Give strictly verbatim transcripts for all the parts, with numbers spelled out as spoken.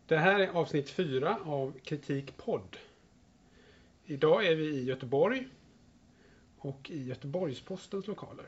Det här är avsnitt fyra av Kritikpodd. Idag är vi i Göteborg och i Göteborgspostens lokaler.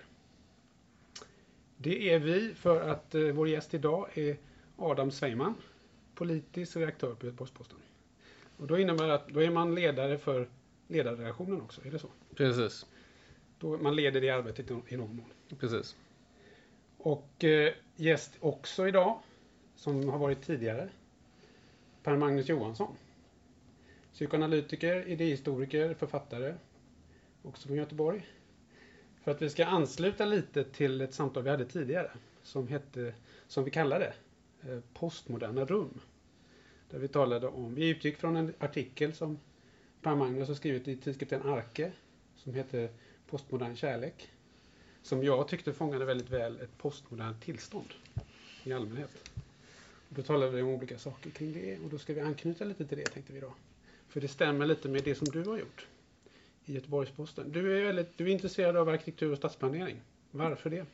Det är vi för att eh, vår gäst idag är Adam Sveiman, politisk redaktör på Göteborgsposten. Och då innebär att då är man ledare för ledarredaktionen också, är det så? Precis. Då man leder det arbetet i någon mån. Precis. Och eh, gäst också idag, som har varit tidigare, Per Magnus Johansson. Psykoanalytiker, idéhistoriker, författare, också från Göteborg. För att vi ska ansluta lite till ett samtal vi hade tidigare, som hette, som vi kallade eh, postmoderna rum. Där vi talade om, vi utgick från en artikel som Per Magnus har skrivit i tidskriften Arke, som heter Postmodern kärlek. Som jag tyckte fångade väldigt väl ett postmodernt tillstånd i allmänhet. Och då talade vi om olika saker kring det, och då ska vi anknyta lite till det, tänkte vi då. För det stämmer lite med det som du har gjort i Göteborgsposten. Du är väldigt, du är intresserad av arkitektur och stadsplanering. Varför det?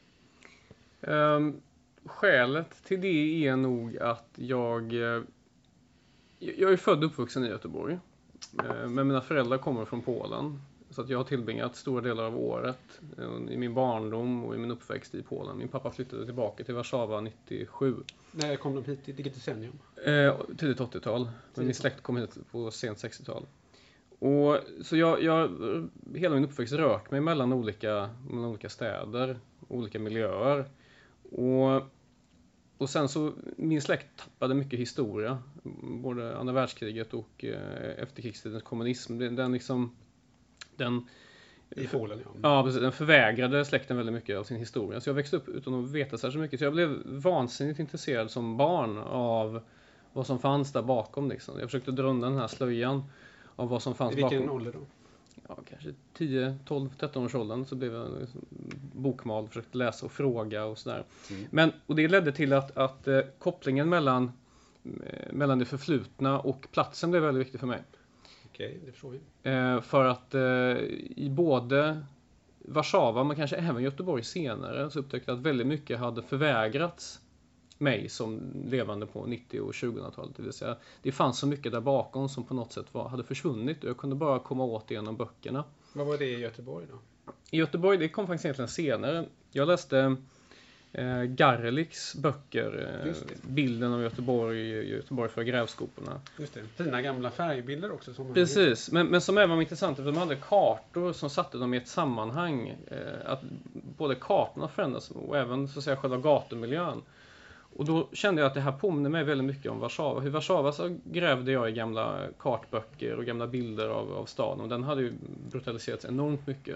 Um, skälet till det är nog att jag uh, jag är född och uppvuxen i Göteborg. Uh, men mina föräldrar kommer från Polen. Så att jag har tillbringat stora delar av året uh, i min barndom och i min uppväxt i Polen. Min pappa flyttade tillbaka till Warszawa nittiosju. När kom de hit? I vilket decennium? Uh, tidigt åttiotal. Men min släkt kom hit på sent sextiotal. Och så jag, jag hela min uppväxt rört mig mellan olika, mellan olika städer, olika miljöer. Och, och sen så, min släkt tappade mycket historia, både andra världskriget och eh, efterkrigstidens kommunism. Den, den liksom, den, I Polen, ja. Ja, precis, den förvägrade släkten väldigt mycket av sin historia. Så jag växte upp utan att veta så mycket. Så jag blev vansinnigt intresserad som barn av vad som fanns där bakom. Liksom. Jag försökte dra undan den här slöjan av vad som fanns I vilken bakom. ålder då? Ja, kanske tio, tolv, tretton års åldern så blev jag liksom bokmal, försökte läsa och fråga och sådär. Mm. Men, och det ledde till att, att eh, kopplingen mellan, eh, mellan det förflutna och platsen blev väldigt viktig för mig. Okej, okay, det förstår vi. Eh, för att eh, i både Warszawa, men kanske även Göteborg senare, så upptäckte jag att väldigt mycket hade förvägrats mig som levande på nittio- och tjugohundratalet. Det vill säga, det fanns så mycket där bakom som på något sätt var, hade försvunnit och jag kunde bara komma åt det genom böckerna. Vad var det i Göteborg då? I Göteborg, det kom faktiskt egentligen senare. Jag läste eh, Garlichs böcker, eh, bilden av Göteborg, Göteborg för grävskoporna. Just det, fina gamla färgbilder också. Som Precis, men, men som även var intressant, för de hade kartor som satte dem i ett sammanhang. Eh, att både kartorna förändras och även så att säga själva gatumiljön. Och då kände jag att det här påminner mig väldigt mycket om Warszawa. Hur Warszawa så grävde jag i gamla kartböcker och gamla bilder av, av staden. Och den hade ju brutaliserats enormt mycket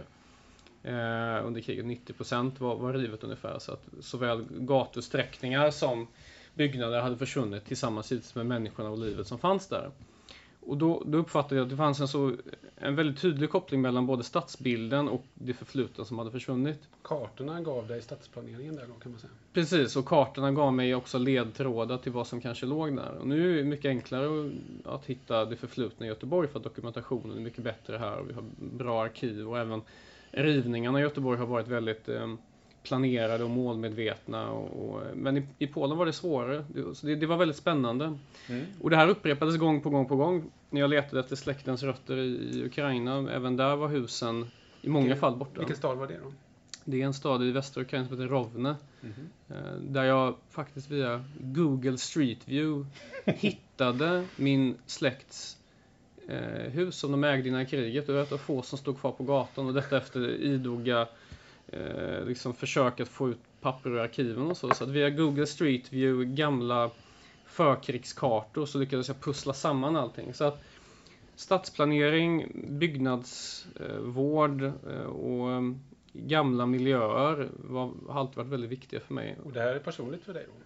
eh, under kriget. nittio procent var, var rivet ungefär. Så att såväl gatusträckningar som byggnader hade försvunnit tillsammans med människorna och livet som fanns där. Och då, då uppfattade jag att det fanns en, så, en väldigt tydlig koppling mellan både stadsbilden och det förflutna som hade försvunnit. Kartorna gav dig stadsplaneringen där då, kan man säga. Precis, och kartorna gav mig också ledtrådar till vad som kanske låg där. Och nu är det mycket enklare att hitta det förflutna i Göteborg för att dokumentationen är mycket bättre här. Och vi har bra arkiv och även rivningarna i Göteborg har varit väldigt eh, planerade och målmedvetna. Och, och, men i, i Polen var det svårare. Det, så det, det var väldigt spännande. Mm. Och det här upprepades gång på gång på gång. När jag letade efter släktens rötter i, i Ukraina, även där var husen i många vilken, fall borta. Vilken stad var det då? Det är en stad i västra Ukraina som heter Rovne. Mm-hmm. Där jag faktiskt via Google Street View hittade min släkts eh, hus som de ägde innan kriget. Och det var ett av få som stod kvar på gatan. Och detta efter idoga eh, liksom försök att få ut papper ur arkiven och så. Så att via Google Street View, gamla förkrigskartor, så lyckades jag pussla samman allting. Så att stadsplanering, byggnadsvård eh, och gamla miljöer var, har alltid varit väldigt viktiga för mig. Och det här är personligt för dig då?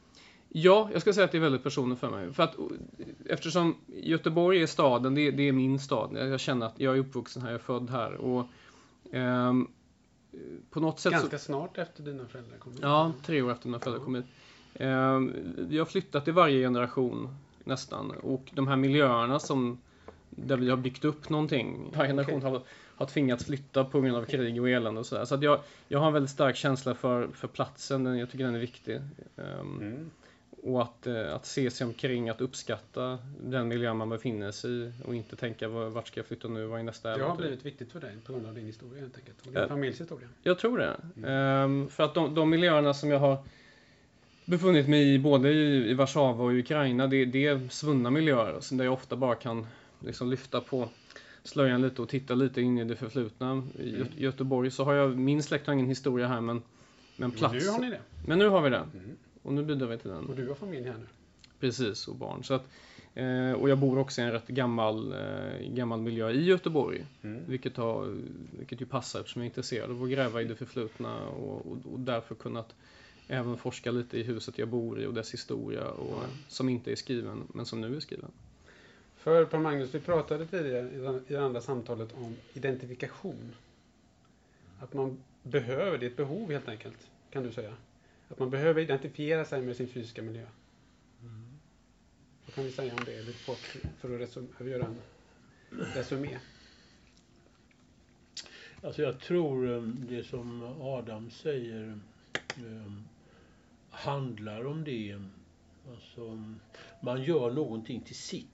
Ja, jag ska säga att det är väldigt personligt för mig. För att, eftersom Göteborg är staden, det, det är min stad. Jag känner att jag är uppvuxen här, jag är född här. Och, ehm, på något sätt Ganska så, snart efter dina föräldrar kom hit? Ja, tre år efter mina föräldrar kom hit. Ehm, vi har flyttat i varje generation nästan. Och de här miljöerna som, där vi har byggt upp någonting. Varje generation okay. har har tvingats flytta på grund av krig och elände och sådär. Så att jag, jag har en väldigt stark känsla för, för platsen. Jag tycker den är viktig. Um, mm. Och att, eh, att se sig omkring, att uppskatta den miljö man befinner sig i och inte tänka vart ska jag flytta nu, vad är nästa Det har äventyr? blivit viktigt för dig på grund av din historia helt enkelt. Och din Ja. familjs historia. Jag tror det. Mm. Ehm, för att de, de miljöerna som jag har befunnit mig i både i, i Warszawa och i Ukraina, det, det är svunna miljöer som där jag ofta bara kan liksom lyfta på slöjan lite och titta lite in i det förflutna. I Mm. Gö- Göteborg så har jag, min släkt har ingen historia här, men, men plats. Men nu har ni det. Men nu har vi det. Mm. Och nu bidrar vi till den. Och du har familj här nu. Precis, och barn. Så att, eh, och jag bor också i en rätt gammal, eh, gammal miljö i Göteborg. Mm. Vilket, har, vilket ju passar eftersom jag är intresserad av att gräva i det förflutna. Och, och, och därför kunnat även forska lite i huset jag bor i och dess historia. Och, Mm. Som inte är skriven, men som nu är skriven. För Per Magnus, vi pratade tidigare i det- i det andra samtalet om identifikation. Att man behöver, det är ett behov helt enkelt, kan du säga. Att man behöver identifiera sig med sin fysiska miljö. Vad kan vi säga om det lite kort för att resum- göra en resumé? Alltså jag tror um, det som Adam säger um, handlar om det. Alltså, um, man gör någonting till sitt.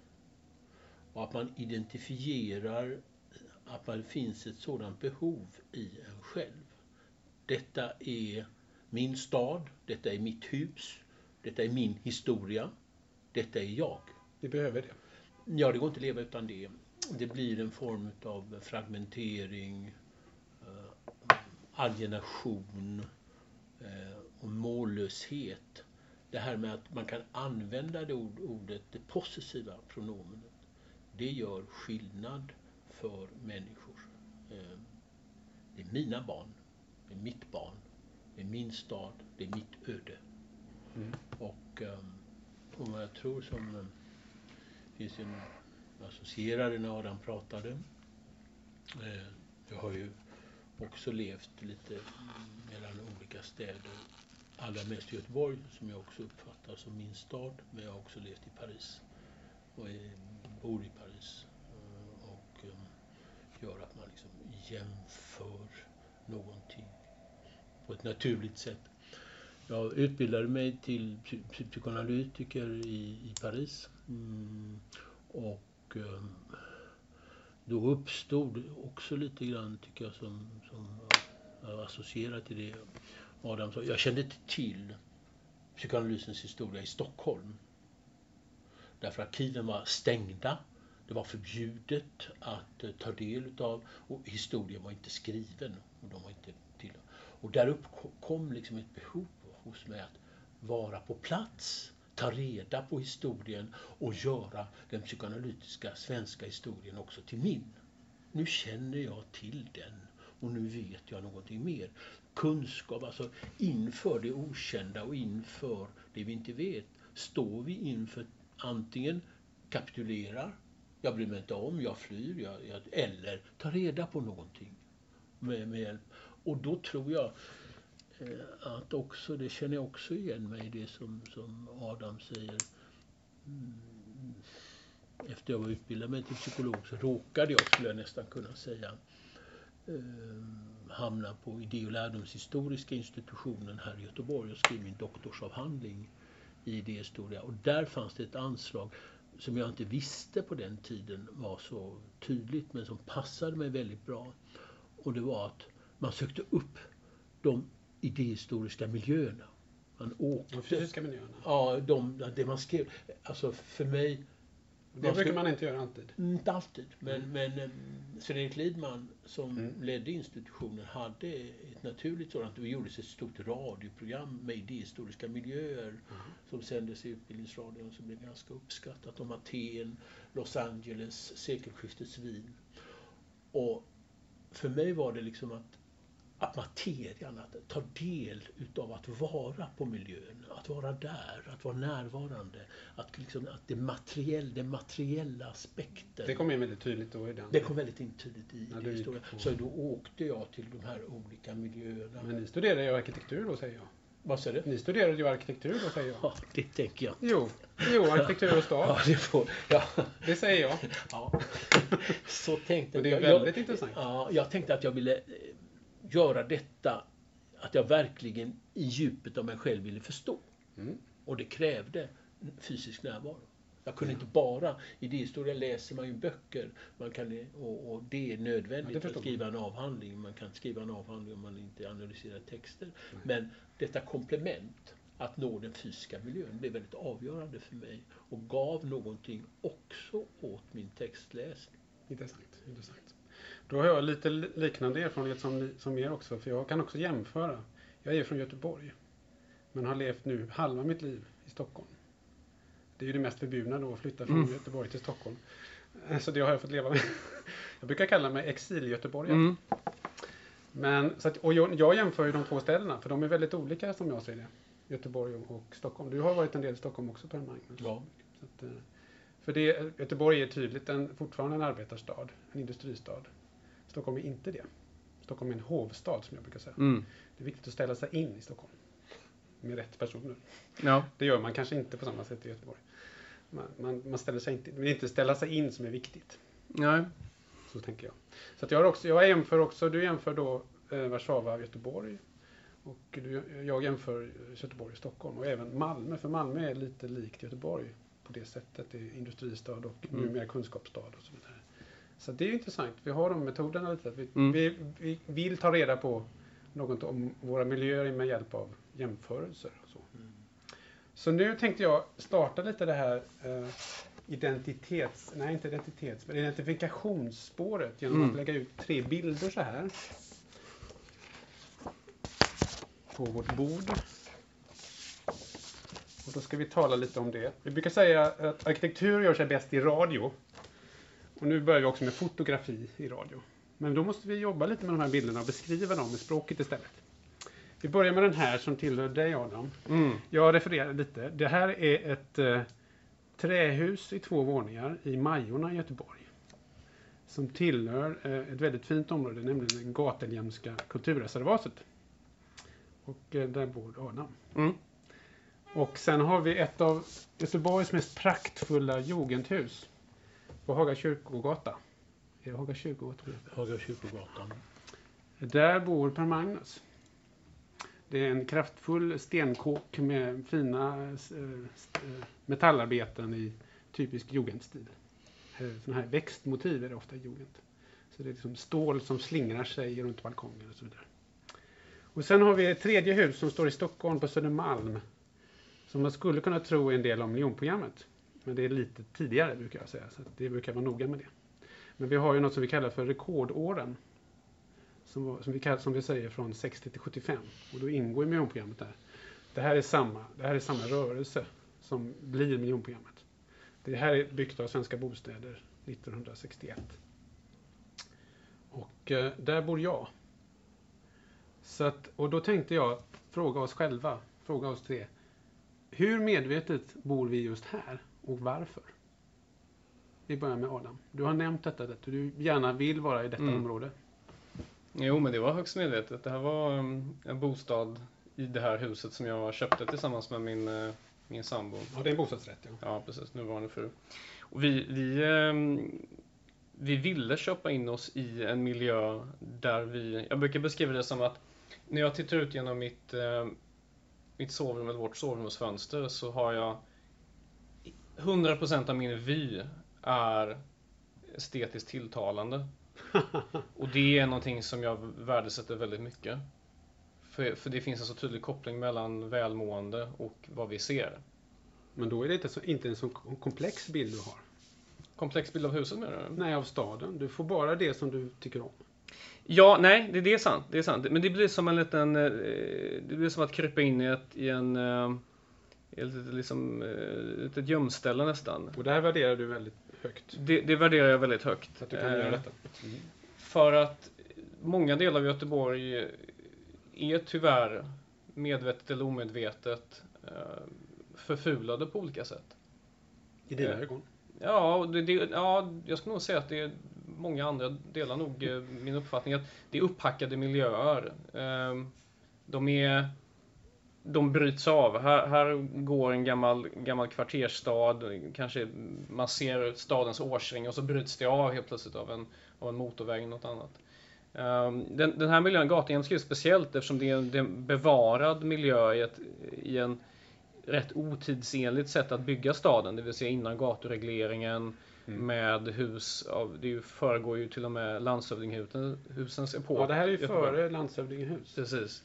Och att man identifierar att det finns ett sådant behov i en själv. Detta är min stad, detta är mitt hus, detta är min historia, detta är jag. Vi behöver det. Ja, det går inte att leva utan det. Det blir en form av fragmentering, eh, alienation eh, och mållöshet. Det här med att man kan använda det ord, ordet, det possessiva pronomenet, det gör skillnad för människor. Eh, det är mina barn, det är mitt barn, det är min stad, det är mitt öde. Mm. Och, eh, och jag tror som eh, finns en associerade när Adam pratade. Eh, jag har ju också levt lite mellan olika städer. Allra mest i Göteborg som jag också uppfattar som min stad. Men jag har också levt i Paris. Och är, bor i Paris. Eh, och eh, gör att man liksom jämför någonting på ett naturligt sätt. Jag utbildade mig till psy- psykoanalytiker i, i Paris. Mm. Och eh, då uppstod också lite grann, tycker jag, som, som jag associerar till det Adam sa. Jag kände inte till psykoanalysens historia i Stockholm. Därför arkiven var stängda. Det var förbjudet att eh, ta del utav, och historien var inte skriven. Och, de var inte till. Och där uppkom liksom ett behov hos mig att vara på plats, ta reda på historien och göra den psykoanalytiska svenska historien också till min. Nu känner jag till den och nu vet jag någonting mer. Kunskap, alltså inför det okända och inför det vi inte vet, står vi inför antingen kapitulerar, jag bryr mig inte om, jag flyr, jag, jag, eller tar reda på någonting med, med hjälp. Och då tror jag att också, det känner jag också igen mig i det som, som Adam säger. Efter jag var utbildad mig till psykolog så råkade jag, skulle jag nästan kunna säga, eh, hamna på idé- och lärdomshistoriska institutionen här i Göteborg och skrev min doktorsavhandling i idéhistoria. Och där fanns det ett anslag som jag inte visste på den tiden var så tydligt, men som passade mig väldigt bra. Och det var att man sökte upp de idéhistoriska miljöerna. Man åkte. De fysiska miljöerna. Ja, de, det man skrev. Alltså för mig... Det man brukar man inte göra alltid. Inte alltid. Men, Mm. men um, Fredrik Lidman som Mm. ledde institutionen hade ett naturligt sådant. Det gjordes ett stort radioprogram med idéhistoriska miljöer Mm. som sändes i Utbildningsradion och som blev ganska uppskattat om Aten, Los Angeles, sekelskiftets Wien. Och för mig var det liksom att att materian, att ta del utav att vara på miljön, att vara där, att vara närvarande, att liksom att det materiella, det materiella aspekten. Det kom in väldigt tydligt då i den. Det kom väldigt intydligt i Ja, det det historia. gick på. Så då åkte jag till de här olika miljöerna. Men ni studerade ju arkitektur då, säger jag. Vad säger du? Ni studerade ju arkitektur då, säger jag. Ja, det tänker jag. Jo, jo, arkitektur och stad. Ja, det får, ja. Det säger jag. Ja. Så tänkte Och det är jag. väldigt jag, intressant. Ja, jag tänkte att jag ville eh, göra detta, att jag verkligen i djupet av mig själv ville förstå. Mm. Och det krävde fysisk närvaro. Jag kunde inte bara, idéhistoria läser man ju böcker, man kan, och, och det är nödvändigt Ja, det för att skriva en avhandling. Man kan skriva en avhandling om man inte analyserar texter. Mm. Men detta komplement, att nå den fysiska miljön, blev väldigt avgörande för mig och gav någonting också åt min textläsning. Intressant, intressant. Då har jag lite liknande erfarenhet som, som er också, för jag kan också jämföra. Jag är från Göteborg, men har levt nu halva mitt liv i Stockholm. Det är ju det mest förbjudna då, att flytta från mm. Göteborg till Stockholm. Så det har jag fått leva med. Jag brukar kalla mig exil-göteborgare. Mm. Men, så att, och jag, jag jämför ju de två städerna, för de är väldigt olika som jag ser det. Göteborg och, och Stockholm. Du har varit en del i Stockholm också, Per Magnus. Ja. Så att, för det, Göteborg är tydligt en, fortfarande en arbetarstad, en industristad. Stockholm är inte det. Stockholm är en hovstad, som jag brukar säga. Mm. Det är viktigt att ställa sig in i Stockholm. Med rätt personer. Ja. Det gör man kanske inte på samma sätt i Göteborg. Man, man, man ställer sig inte, men inte ställa sig in som är viktigt. Nej. Så tänker jag. Så att jag, har också, jag jämför också, du jämför då eh, Warszawa och Göteborg. Och du, jag jämför Göteborg och Stockholm. Och även Malmö, för Malmö är lite likt Göteborg på det sättet. Det är industristad och mm. numera kunskapsstad och så vidare. Så det är ju intressant. Vi har de metoderna lite. Vi, mm. vi, vi vill ta reda på något om våra miljöer med hjälp av jämförelser och så. Mm. Så nu tänkte jag starta lite det här eh, identitets, nej inte identitets, men identifikationsspåret genom mm. att lägga ut tre bilder så här på vårt bord. Och då ska vi tala lite om det. Vi brukar säga att arkitektur gör sig bäst i radio. Och nu börjar vi också med fotografi i radio. Men då måste vi jobba lite med de här bilderna och beskriva dem med språket istället. Vi börjar med den här som tillhör dig, Adam. Mm. Jag refererar lite. Det här är ett eh, trähus i två våningar i Majorna i Göteborg. Som tillhör eh, ett väldigt fint område, nämligen Gateljemska kulturreservatet. Och eh, där bor Adam. Mm. Och sen har vi ett av Göteborgs mest praktfulla jugendhus på Haga kyrkogata. Är det Haga kyrkogata? Haga kyrkogatan. Där bor Per Magnus. Det är en kraftfull stenkåk med fina äh, metallarbeten i typisk jugendstil. Sådana här växtmotiv är det ofta i jugend. Så det är liksom stål som slingrar sig runt balkonger och så vidare. Och sen har vi ett tredje hus som står i Stockholm på Södermalm. Som man skulle kunna tro är en del av miljonprogrammet. Men det är lite tidigare brukar jag säga. Så det brukar vara noga med det. Men vi har ju något som vi kallar för rekordåren. Som, som, vi kallar, som vi säger från sextio till sjuttiofem. Och då ingår i miljonprogrammet där. Det här är samma, det här är samma rörelse som blir miljonprogrammet. Det här är byggt av Svenska Bostäder nittonhundrasextioett. Och eh, där bor jag. Så att, och då tänkte jag fråga oss själva, fråga oss tre. Hur medvetet bor vi just här och varför? Vi börjar med Adam. Du har nämnt detta, att du gärna vill vara i detta mm. område. Jo, men det var högst medvetet. Det här var um, en bostad i det här huset som jag köpte tillsammans med min, uh, min sambo. Ja, det är en bostadsrätt. Ja, ja precis. Nuvarande fru. Och vi, vi, um, vi ville köpa in oss i en miljö där vi... Jag brukar beskriva det som att när jag tittar ut genom mitt, uh, mitt sovrum eller vårt sovrumsfönster så har jag hundra procent av min vy är estetiskt tilltalande. Och det är någonting som jag värdesätter väldigt mycket. För, för det finns en så tydlig koppling mellan välmående och vad vi ser. Men då är det inte, så, inte en så komplex bild du har. Komplex bild av huset menar du? Nej, av staden. Du får bara det som du tycker om. Ja, nej, det, det är sant. Det är sant. Men det blir som en liten... Det blir som att krypa in i, ett, i en... Ett, liksom, ett, ett gömställe nästan. Och det här värderar du väldigt högt. Det, det värderar jag väldigt högt. Att du kan eh, göra detta. Mm. För att många delar av Göteborg är tyvärr medvetet eller omedvetet eh, förfulade på olika sätt. I dina eh, ögon? Ja, det, det, ja, jag skulle nog säga att det är många andra delar nog eh, min uppfattning att det är upphackade miljöer. Eh, de är... De bryts av. Här, här går en gammal, gammal kvarterstad. Kanske man ser stadens årsring och så bryts det av helt plötsligt av en, av en motorväg eller något annat. Um, den, den här miljön, Gateljemska, är speciellt eftersom det är en, det är en bevarad miljö i, ett, i, en, rätt otidsenligt sätt att bygga staden, det vill säga innan gaturegleringen mm. med hus av, det ju föregår ju till och med landshövdinghusens epok. Ja, det här är ju före landshövdingehus. Precis.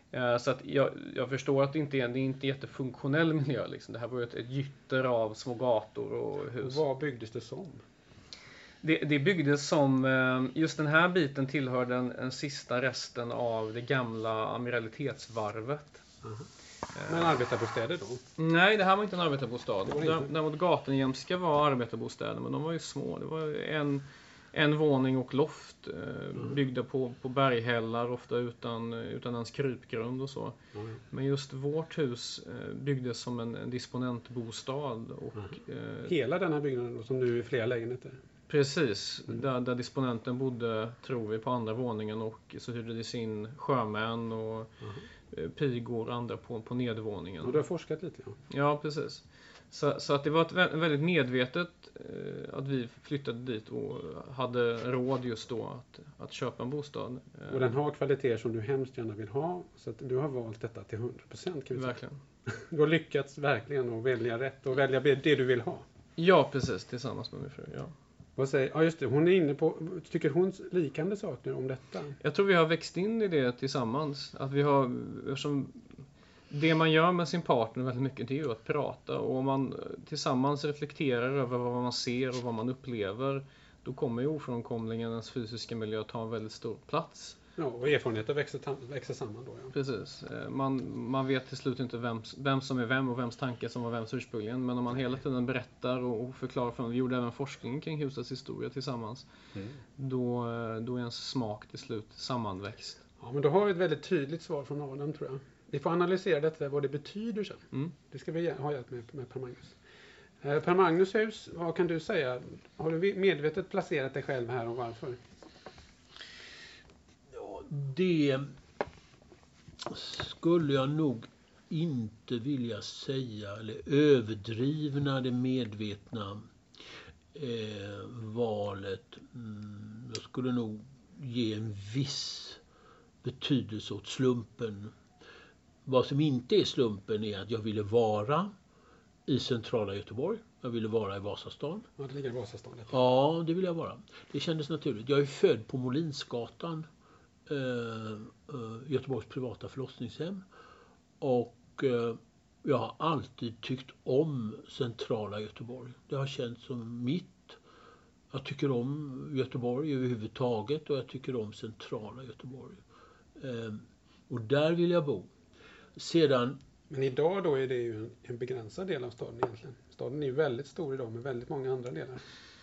Så att jag, jag förstår att det inte är, det är inte jättefunktionell miljö liksom. Det här var ju ett, ett gytter av små gator och hus. Och vad byggdes det som? Det, det byggdes som, just den här biten tillhör den, den sista resten av det gamla amiralitetsvarvet. Uh-huh. Men arbetarbostäder då? Nej, det här var inte en arbetarbostad. Däremot Gatenjämska var arbetarbostäder, men de var ju små. Det var en, en våning och loft mm. byggda på, på berghällar, ofta utan, utan ens krypgrund och så. Mm. Men just vårt hus byggdes som en, en disponentbostad. Och, mm. eh, Hela den här byggnaden då, som nu är flera lägenheter? Precis, mm. där, där disponenten bodde, tror vi, på andra våningen, och så hyrde det sin sjömän och mm. pigor och andra på, på nedervåningen. Och du har forskat lite, ja. Ja, precis. Så, så att det var ett väldigt medvetet eh, att vi flyttade dit och hade råd just då att, att köpa en bostad. Och den har kvaliteter som du hemskt gärna vill ha, så att du har valt detta till hundra procent, kan vi säga. Verkligen. Du har lyckats verkligen att välja rätt och välja det du vill ha. Ja, precis, tillsammans med min fru, ja. Vad säger, ja just det, hon är inne på, tycker hon likande saker om detta? Jag tror vi har växt in i det tillsammans. Att vi har, eftersom det man gör med sin partner väldigt mycket, det är ju att prata. Och om man tillsammans reflekterar över vad man ser och vad man upplever, då kommer ju ofrånkomligen ens fysiska miljö ta en väldigt stor plats. Ja, och erfarenheter växer, växer samman då. Ja. Precis. Man, man vet till slut inte vem, vem som är vem och vems tankar som var vems ursprungligen. Men om man hela tiden berättar och, och förklarar för dem, vi gjorde även forskning kring husets historia tillsammans, mm. då, då är ens smak till slut sammanväxt. Ja, men då har vi ett väldigt tydligt svar från Adam, tror jag. Vi får analysera detta, vad det betyder sen. Mm. Det ska vi ha hjälp med, med Per Magnus. Eh, Per Magnus hus, vad kan du säga? Har du medvetet placerat dig själv här och varför? Ja, det skulle jag nog inte vilja säga, eller överdrivna det medvetna eh, valet. Mm, jag skulle nog ge en viss betydelse åt slumpen. Vad som inte är slumpen är att jag ville vara i centrala Göteborg. Jag ville vara i Vasastan. Ja, det ligger i Vasastan. Ja, det vill jag vara. Det kändes naturligt. Jag är född på Molinsgatan, eh, Göteborgs privata förlossningshem. Och eh, jag har alltid tyckt om centrala Göteborg. Det har känts som mitt. Jag tycker om Göteborg överhuvudtaget och jag tycker om centrala Göteborg. Eh, och där vill jag bo. Sedan, men idag då är det ju en, en begränsad del av staden egentligen. Staden är ju väldigt stor idag med väldigt många andra delar.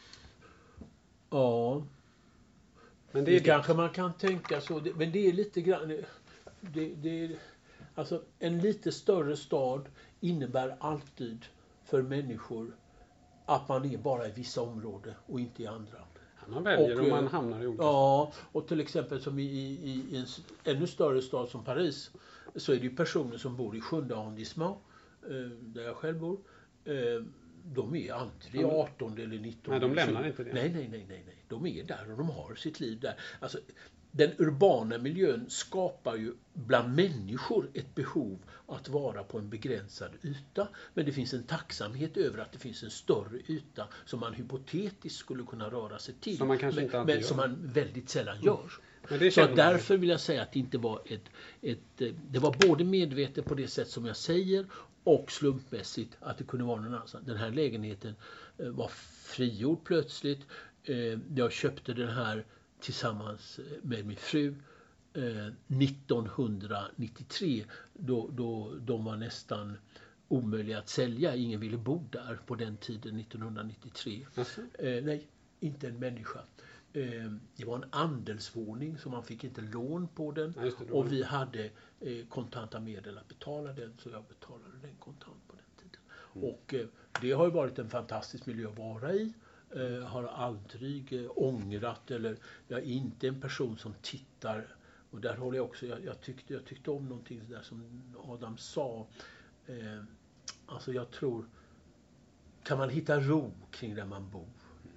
Ja. Men det, är det kanske man kan tänka så. Det, men det är lite grann... Det, det, alltså en lite större stad innebär alltid för människor att man är bara i vissa områden och inte i andra. Man väljer och, om man hamnar i olika. Ja, och till exempel som i, i, i en ännu större stad som Paris, så är det ju personer som bor i sjunde arrondissement, eh, där jag själv bor. Eh, de är aldrig artonde eller nittonde. Nej, de lämnar inte det. Nej, nej, nej, nej, nej. De är där och de har sitt liv där. Alltså, den urbana miljön skapar ju bland människor ett behov att vara på en begränsad yta. Men det finns en tacksamhet över att det finns en större yta som man hypotetiskt skulle kunna röra sig till. Som man kanske inte men, alltid men gör. som man väldigt sällan gör. Mm. Men det så därför vill jag säga att det inte var ett, ett... Det var både medvetet på det sätt som jag säger och slumpmässigt att det kunde vara någon annan. Den här lägenheten var frigjord plötsligt. Jag köpte den här tillsammans med min fru eh, nittonhundranittiotre, då, då de var nästan omöjliga att sälja. Ingen ville bo där på den tiden, nittonhundranittiotre. Eh, nej, inte en människa. Eh, det var en andelsvåning så man fick inte lån på den. Ja, det, och vi hade eh, kontanta medel att betala den, så jag betalade den kontant på den tiden. Mm. Och eh, det har ju varit en fantastisk miljö att vara i. Uh, har aldrig uh, ångrat, eller jag är inte en person som tittar, och där håller jag också, jag, jag, tyckte, jag tyckte om någonting där som Adam sa, uh, alltså jag tror, kan man hitta ro kring där man bor,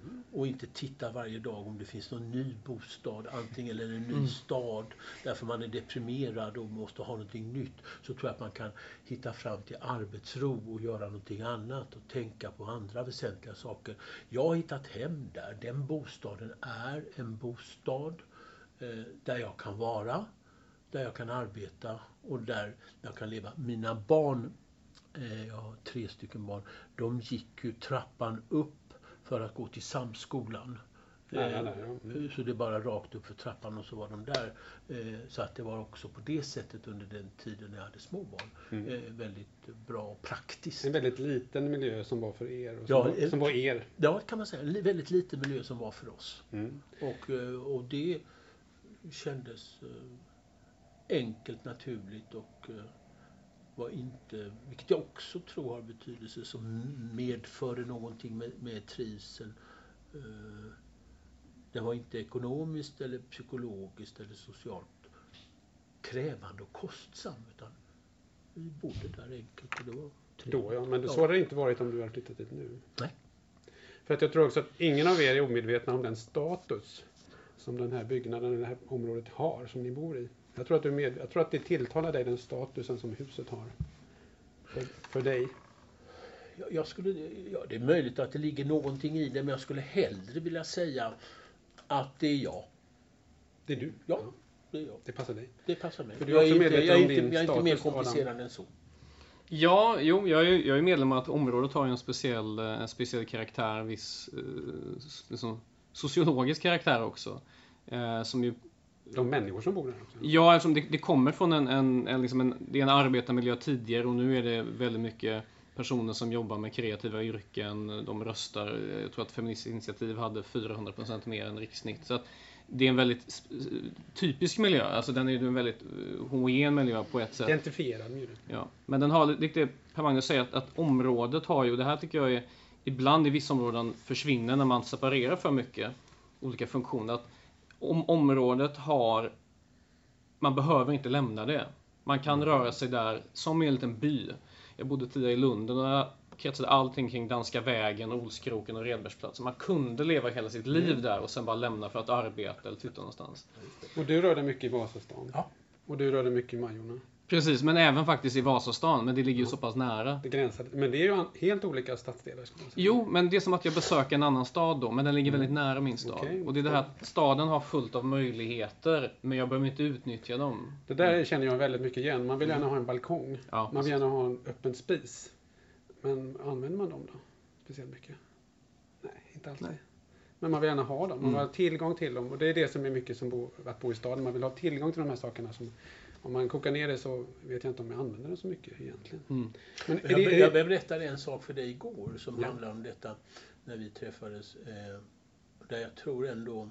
Och inte titta varje dag om det finns någon ny bostad, antingen eller en ny Mm. stad, därför man är deprimerad och måste ha någonting nytt. Så tror jag att man kan hitta fram till arbetsro och göra någonting annat och tänka på andra väsentliga saker. Jag har hittat hem där. Den bostaden är en bostad eh, där jag kan vara, där jag kan arbeta och där jag kan leva. Mina barn, eh, jag har tre stycken barn, de gick ju trappan upp för att gå till samskolan. Nej, nej, nej. Mm. Så det är bara rakt upp för trappan och så var de där. Så att det var också på det sättet under den tiden när jag hade små barn. Mm. Väldigt bra och praktiskt. En väldigt liten miljö som var för er. Och som, ja, var, som var er. Ja, kan man säga. En väldigt liten miljö som var för oss. Mm. Och, och det kändes enkelt, naturligt och var inte, vilket jag också tror har betydelse, som medförde någonting med, med trivseln. Det var inte ekonomiskt eller psykologiskt eller socialt krävande och kostsam, utan vi bodde där enkelt och det var trevligt. Då ja, men ja. så har det inte varit om du har flyttat dit nu. Nej. För att jag tror också att ingen av er är omedvetna om den status som den här byggnaden, det här området har, som ni bor i. Jag tror att, du är med, jag tror att det tilltalar dig, den statusen som huset har. För, för dig. Jag, jag skulle, ja, det är möjligt att det ligger någonting i det, men jag skulle hellre vilja säga att det är jag. Det är du? Ja, ja. Det är jag. Det passar dig? Det passar mig. För du är jag, också är inte, jag, är inte, din jag är inte mer status, komplicerad Adam. än så. Ja, jo, jag är, jag är medlem av att området har en speciell, en speciell karaktär, en viss eh, liksom, sociologisk karaktär också. Eh, som ju, De människor som bor där också? ja, eftersom det, det kommer från en, en, en, liksom en, det är en arbetarmiljö tidigare och nu är det väldigt mycket personer som jobbar med kreativa yrken. De röstar, jag tror att Feministiskt initiativ hade fyrahundra procent mer än rikssnitt. Så att det är en väldigt typisk miljö. Alltså den är ju en väldigt homogen miljö på ett sätt. Identifierad miljö. Ja. Men den har, det Per Magnus säger att, att området har ju, det här tycker jag är, ibland i vissa områden försvinner när man separerar för mycket olika funktioner. Att om området har, man behöver inte lämna det. Man kan röra sig där som i en liten by. Jag bodde tidigare i Lund och jag kretsade allting kring Danska vägen, Olskroken och Redbergsplatsen. Man kunde leva hela sitt liv mm. där och sen bara lämna för att arbeta eller flytta någonstans. Och du rörde mycket i Vasastan. Ja. Och du rörde mycket i Majorna. Precis, men även faktiskt i Vasastan, men det ligger ju ja. så pass nära. Det gränsar, men det är ju helt olika stadsdelar. Ska man säga. Jo, men det är som att jag besöker en annan stad då, men den ligger mm. väldigt nära min stad. Okay. Och det är det här att staden har fullt av möjligheter, men jag behöver inte utnyttja dem. Det där känner jag väldigt mycket igen. Man vill gärna ha en balkong. Ja, man vill gärna ha en öppen spis. Men använder man dem då? Speciellt mycket? Nej, inte alltid. Nej. Men man vill gärna ha dem. Man vill mm. ha tillgång till dem. Och det är det som är mycket som bo, att bo i staden. Man vill ha tillgång till de här sakerna. Som, om man kokar ner det så vet jag inte om jag använder det så mycket egentligen. Mm. Men jag, det, jag berättade en sak för dig igår som ja. handlar om detta när vi träffades. Eh, där jag tror ändå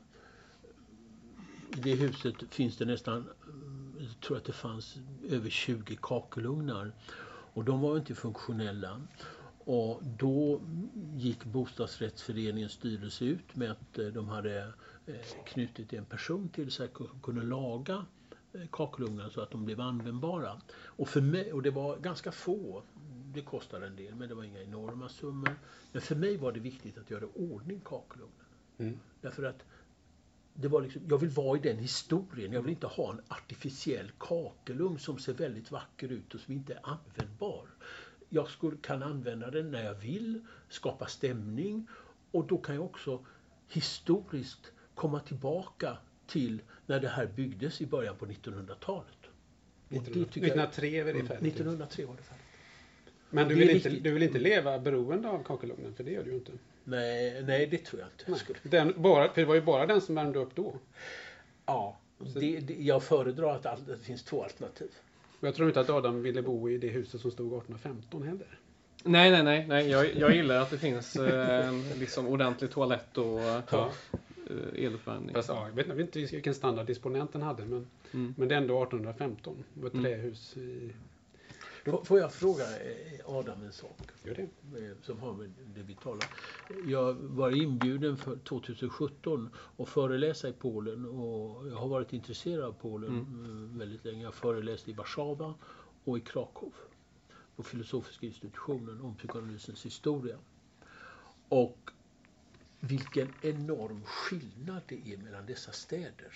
i det huset finns det nästan, jag tror att det fanns över tjugo kakelugnar. Och de var inte funktionella. Och då gick bostadsrättsföreningens styrelse ut med att de hade knutit en person till sig som kunde laga kakelugnar så att de blev användbara. Och, för mig, och det var ganska få, det kostade en del men det var inga enorma summor. Men för mig var det viktigt att göra ordning kakelugnen. Mm. Därför att det var liksom, jag vill vara i den historien. Jag vill inte ha en artificiell kakelugn som ser väldigt vacker ut och som inte är användbar. Jag skulle, kan använda den när jag vill, skapa stämning och då kan jag också historiskt komma tillbaka till när det här byggdes i början på nittonhundratalet. nittonhundratre är det färdigt. nittonhundratre var det färdigt. Men du vill, inte, du vill inte leva beroende av kakelugnen, för det gör du ju inte. Nej, nej det tror jag inte. Jag skulle. Den, bara, för det var ju bara den som värmde upp då. Ja, det, det, jag föredrar att, all, att det finns två alternativ. Och jag tror inte att Adam ville bo i det huset som stod arton femton heller. Nej, nej, nej. nej. Jag, jag gillar att det finns eh, liksom ordentlig toalett och ja. eh, eluppvärmning. Fast, ja, jag vet inte vilken standard disponenten hade, men, mm. men det är ändå arton femton. Det var ett mm. trähus i... Får jag fråga Adam en sak? Gör det. Som har med det vi talar. Jag var inbjuden för tjugohundrasjutton och föreläsa i Polen och jag har varit intresserad av Polen mm. väldigt länge. Jag föreläste i Warszawa och i Krakow på filosofiska institutionen om psykoanalysens historia. Och vilken enorm skillnad det är mellan dessa städer.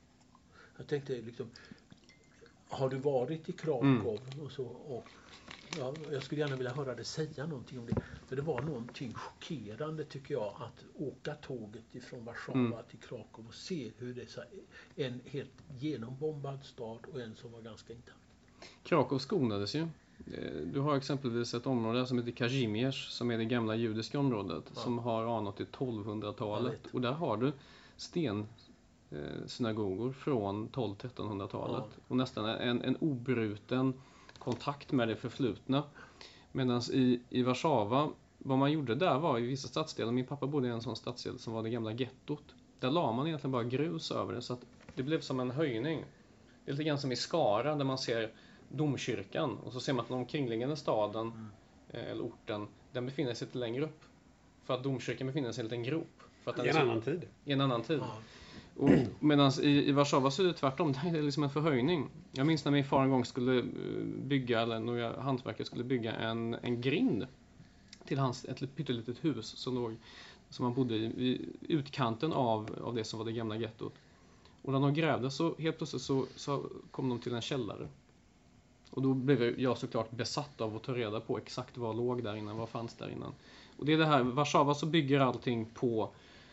Jag tänkte liksom, har du varit i Krakow mm. och så, och ja, jag skulle gärna vilja höra dig säga någonting om det. För det var någonting chockerande tycker jag att åka tåget ifrån Warszawa mm. till Krakow och se hur det är en helt genombombad stad och en som var ganska intakt. Krakow skonades ju. Du har exempelvis ett område som heter Kazimierz som är det gamla judiska området ja. som har anat till tolvhundratalet. Och där har du sten synagogor från tolv-trettonhundratalet ja. och nästan en, en obruten kontakt med det förflutna. Medan i, i Warszawa, vad man gjorde där var i vissa stadsdelar, min pappa bodde i en sån stadsdel som var det gamla gettot. Där la man egentligen bara grus över det så att det blev som en höjning. Det är lite grann som i Skara där man ser domkyrkan och så ser man att den omkringliggande staden mm. eller orten, den befinner sig lite längre upp. För att domkyrkan befinner sig i en liten grop. För att den I en så, annan tid. I en annan tid. Ja. Och medan i, i Warszawa så är det tvärtom, det är liksom en förhöjning. Jag minns när min far en gång skulle bygga, eller några hantverkare skulle bygga en, en grind till hans, ett pyttelitet hus som, låg, som han bodde i, i utkanten av, av det som var det gamla gettot. Och när de grävde så helt plötsligt så, så kom de till en källare. Och då blev jag såklart besatt av att ta reda på exakt vad låg där innan, vad fanns där innan. Och det är det här, Warszawa så bygger allting på,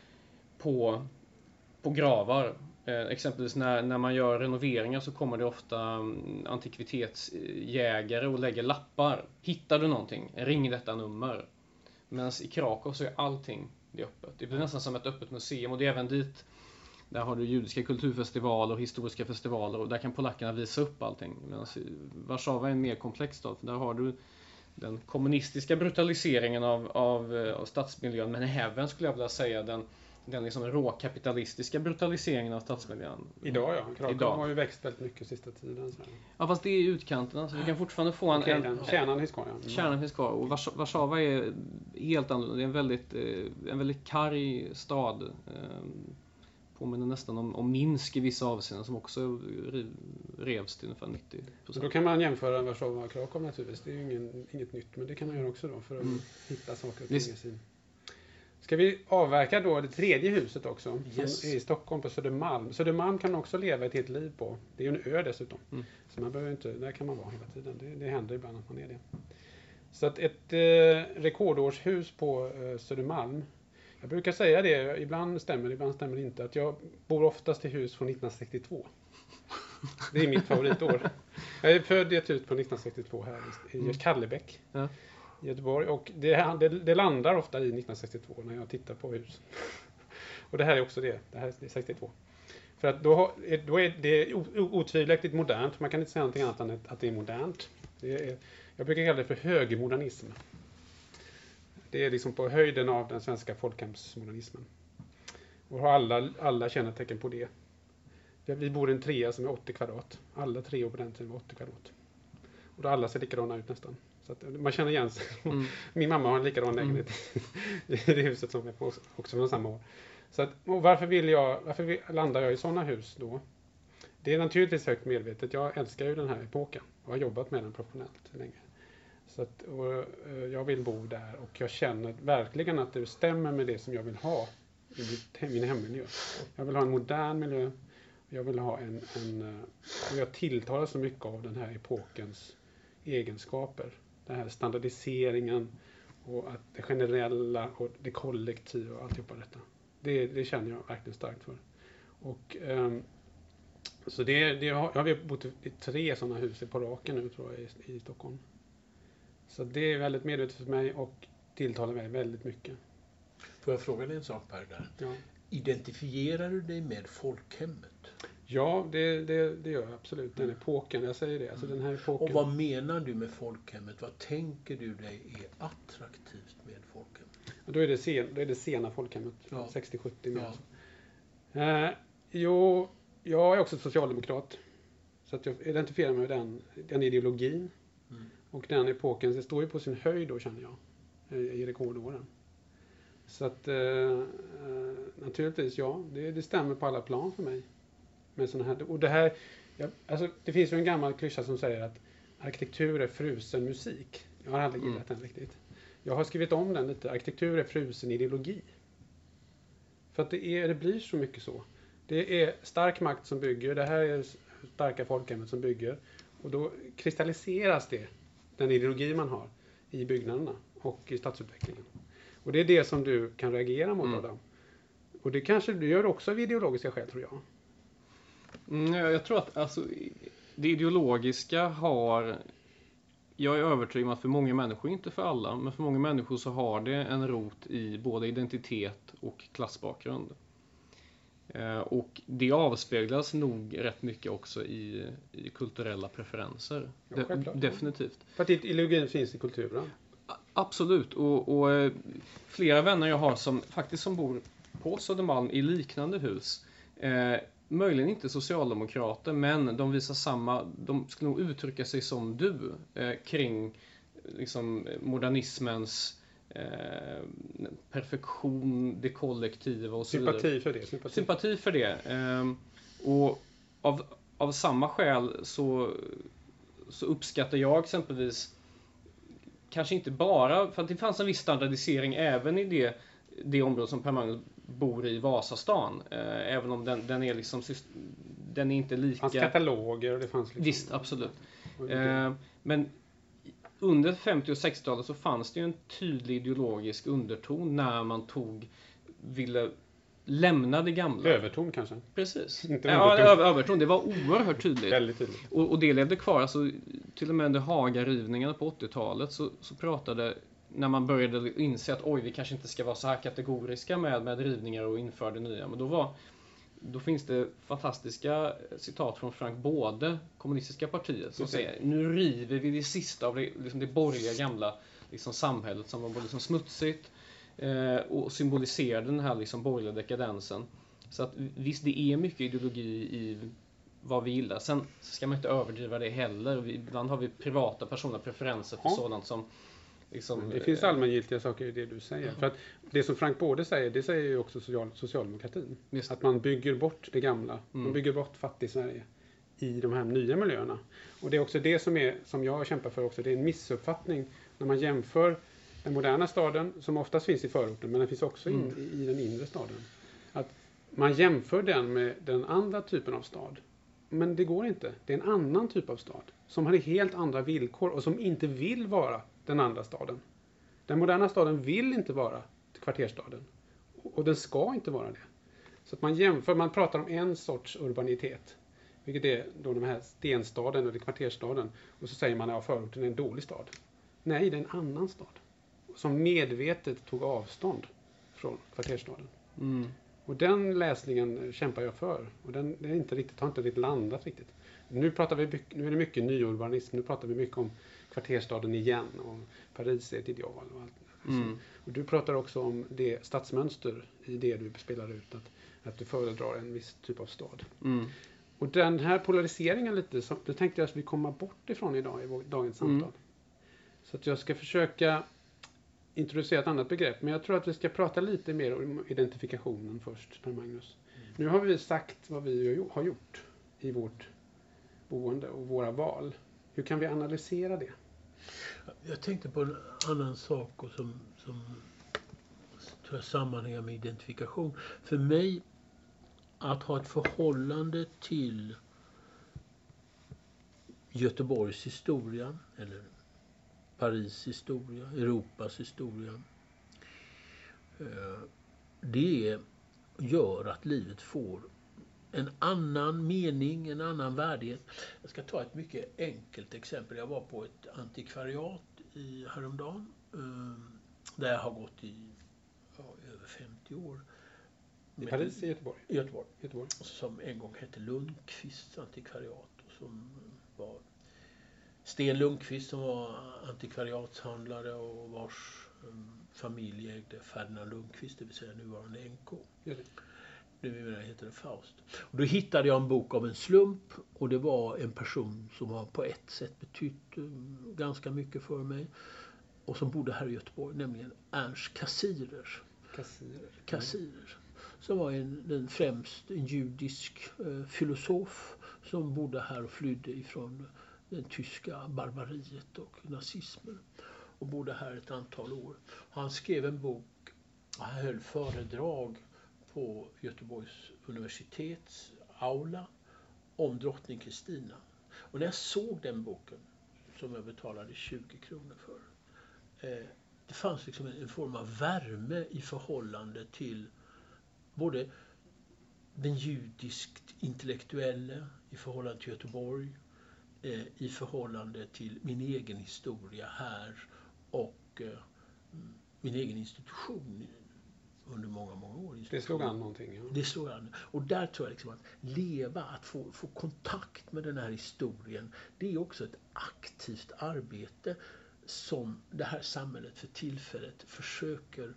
på, på gravar. Eh, exempelvis när, när man gör renoveringar så kommer det ofta um, antikvitetsjägare och lägger lappar. Hittar du någonting? Ring detta nummer. Medan i Krakow så är allting det öppet. Det blir nästan som ett öppet museum och det är även dit. Där har du judiska kulturfestivaler och historiska festivaler och där kan polackerna visa upp allting. Medan Warszawa är en mer komplex stad för där har du den kommunistiska brutaliseringen av, av, av stadsmiljön men även skulle jag vilja säga den, den liksom råkapitalistiska brutaliseringen av stadsmiljön. Idag ja, Krakow Idag. har ju växt väldigt mycket sista tiden. Så. Ja fast det är utkanterna så vi kan fortfarande få en... Okay, en kärnan finns kvar. Ja. Kärnan finns kvar och Wars- Warszawa är helt annorlunda. Det är en väldigt, en väldigt karg stad. Påminner nästan om, om Minsk i vissa avseenden som också revs till ungefär nittio procent. Då kan man jämföra Warszawa och Krakow naturligtvis. Det är ju ingen, inget nytt men det kan man göra också då för att mm. hitta saker och ting i sin. Ska vi avverka då det tredje huset också yes. som är i Stockholm på Södermalm. Södermalm kan man också leva ett helt liv på. Det är ju en ö dessutom. Mm. Så man behöver inte, där kan man vara hela tiden. Det, det händer ibland att man är det. Så att ett eh, rekordårshus på eh, Södermalm. Jag brukar säga det, ibland stämmer ibland stämmer det inte, att jag bor oftast i hus från nittonhundrasextiotvå. Det är mitt favoritår. Jag är född i ett hus på nittonhundrasextiotvå här i mm. Kallebäck ja. i Göteborg. Och det, det, det landar ofta i nittonhundrasextiotvå när jag tittar på hus. Och det här är också det, det här är sextiotvå. För att då, har, då är det otvivelaktigt modernt, man kan inte säga någonting annat än att det är modernt. Det är, jag brukar kalla det för högermodernism. Det är liksom på höjden av den svenska folkhemsmodernismen. Och har alla, alla kännetecken på det. Vi bor i en trea som är åttio kvadrat. Alla treor på den tiden var åttio kvadrat. Och då alla ser likadana ut nästan. Så att man känner igen sig. Mm. Min mamma har en likadan lägenhet mm. i det huset som är på, också från samma år. Så att, och varför, vill jag, varför landar jag i sådana hus då? Det är naturligtvis högt medvetet. Jag älskar ju den här epoken och har jobbat med den professionellt länge. Så att, och, jag vill bo där och jag känner verkligen att det stämmer med det som jag vill ha i mitt, min hemmiljö. Jag vill ha en modern miljö. Jag vill ha en, en och jag tilltalar så mycket av den här epokens egenskaper. Den här standardiseringen och att det generella och det kollektiva och alltihopa detta. Det, det känner jag verkligen starkt för. Och um, så det, det har, jag har bott i tre sådana hus på raken nu tror jag i, i Stockholm. Så det är väldigt medvetet för mig och tilltalar mig väldigt mycket. Får jag fråga dig en sak Per där? Ja. Identifierar du dig med folkhemmet? Ja, det, det, det gör jag absolut. Den epoken, jag säger det. Alltså den här epoken. Och vad menar du med folkhemmet? Vad tänker du dig är attraktivt med folkhemmet? Ja, då, är det sen, då är det sena folkhemmet, ja. sextio sjuttio. Ja. Eh, jo, jag är också socialdemokrat. Så att jag identifierar mig med den, den ideologin. Mm. Och den epoken, det står ju på sin höjd då känner jag. I rekordåren. Så att eh, naturligtvis, ja, det, det stämmer på alla plan för mig. Med såna här, och det här, ja, alltså, det finns ju en gammal klyscha som säger att arkitektur är frusen musik. Jag har aldrig gillat mm. den riktigt. Jag har skrivit om den lite. Arkitektur är frusen ideologi. För att det, är, det blir så mycket så. Det är stark makt som bygger, det här är starka folkhemmet som bygger. Och då kristalliseras det, den ideologi man har, i byggnaderna och i stadsutvecklingen. Och det är det som du kan reagera mot, mm. Adam. Och det kanske du gör också av ideologiska skäl, tror jag. Mm, jag tror att alltså, det ideologiska har... Jag är övertygad om att för många människor, inte för alla, men för många människor så har det en rot i både identitet och klassbakgrund. Eh, och det avspeglas nog rätt mycket också i, i kulturella preferenser. Ja, De, definitivt. För att ideologin finns i kulturen? A- absolut. Och, och flera vänner jag har som faktiskt som bor på Södermalm i liknande hus. Eh, möjligen inte socialdemokrater, men de visar samma, de skulle nog uttrycka sig som du eh, kring liksom, modernismens eh, perfektion, det kollektiva och så sympati vidare. för det. Sympati, sympati för det. Eh, och av, av samma skäl så, så uppskattar jag exempelvis kanske inte bara, för att det fanns en viss standardisering även i det, det område som Per Magnus bor i, Vasastan, eh, även om den, den är liksom den är inte lika... Det fanns kataloger och det fanns liksom... Visst, absolut. Eh, men under femtio- och sextiotalet så fanns det ju en tydlig ideologisk underton när man tog, ville lämna det gamla. Överton kanske? Precis. Inte ja, över, överton. Det var oerhört tydligt. Väldigt tydligt. Och, och det levde kvar, alltså, till och med under Haga-rivningarna på åttiotalet så, så pratade, när man började inse att oj, vi kanske inte ska vara så här kategoriska med, med rivningar och införde nya. Men då var Då finns det fantastiska citat från Frank Både, kommunistiska partiet, som okay. säger nu river vi det sista av det, liksom det borgerliga gamla liksom, samhället som var både liksom, smutsigt eh, och symboliserar den här liksom, borgerliga dekadensen. Så att visst, det är mycket ideologi i vad vi gillar. Sen ska man inte överdriva det heller. Vi, ibland har vi privata personliga preferenser för ja. sådant som liksom, det finns allmängiltiga saker i det du säger. Mm. För att det som Frank Både säger, det säger ju också social, socialdemokratin. Just. Att man bygger bort det gamla. Mm. Man bygger bort fattig Sverige i de här nya miljöerna. Och det är också det som, är, som jag kämpar för också. Det är en missuppfattning när man jämför den moderna staden, som oftast finns i förorten, men den finns också in, mm. i, i den inre staden. Att man jämför den med den andra typen av stad. Men det går inte. Det är en annan typ av stad som har helt andra villkor och som inte vill vara den andra staden. Den moderna staden vill inte vara kvarterstaden. Och den ska inte vara det. Så att man jämför, man pratar om en sorts urbanitet. Vilket är då de här stenstaden eller kvarterstaden. Och så säger man att ja, förorten är en dålig stad. Nej, det är en annan stad. Som medvetet tog avstånd från kvarterstaden. Mm. Och den läsningen kämpar jag för. Och den det är inte riktigt, har inte riktigt landat riktigt. Nu, pratar vi, nu är det mycket nyurbanism. Nu pratar vi mycket om kvarterstaden igen. Och Paris är ett ideal. Och, allt. Mm. Och du pratar också om det stadsmönster i det du spelar ut. Att, att du föredrar en viss typ av stad. Mm. Och den här polariseringen lite, så, det tänkte jag att vi komma bort ifrån idag i vår, dagens samtal. Mm. Så att jag ska försöka introducera ett annat begrepp. Men jag tror att vi ska prata lite mer om identifikationen först, Per Magnus. Mm. Nu har vi sagt vad vi har gjort i vårt boende och våra val. Hur kan vi analysera det? Jag tänkte på en annan sak och som, som tror jag sammanhänger med identifikation. För mig, att ha ett förhållande till Göteborgs historia eller Paris historia, Europas historia. Det gör att livet får en annan mening, en annan värdighet. Jag ska ta ett mycket enkelt exempel. Jag var på ett antikvariat i häromdagen där jag har gått i ja, över femtio år. I Paris i Göteborg? I Göteborg. Göteborg. Som en gång hette Lundqvists antikvariat och som var Sten Lundqvist som var antikvariatshandlare och vars um, familj ägde Ferdinand Lundqvist, det vill säga nuvarande N K. Nu heter det Faust. Och då hittade jag en bok av en slump och det var en person som har på ett sätt betytt um, ganska mycket för mig och som bodde här i Göteborg, nämligen Ernst Cassirer. Cassirer. Cassirer. Som var en, den främst en judisk eh, filosof som bodde här och flydde ifrån den tyska barbariet och nazismen och bodde här ett antal år. Han skrev en bok, han höll föredrag på Göteborgs universitets aula om drottning Kristina. Och när jag såg den boken, som jag betalade tjugo kronor för, eh, det fanns liksom en, en form av värme i förhållande till både den judiskt intellektuella, i förhållande till Göteborg, eh, i förhållande till min egen historia här och eh, min egen institution under många, många år. Det slog an någonting. Ja. Det slog an. Och där tror jag liksom att leva, att få, få kontakt med den här historien, det är också ett aktivt arbete som det här samhället för tillfället försöker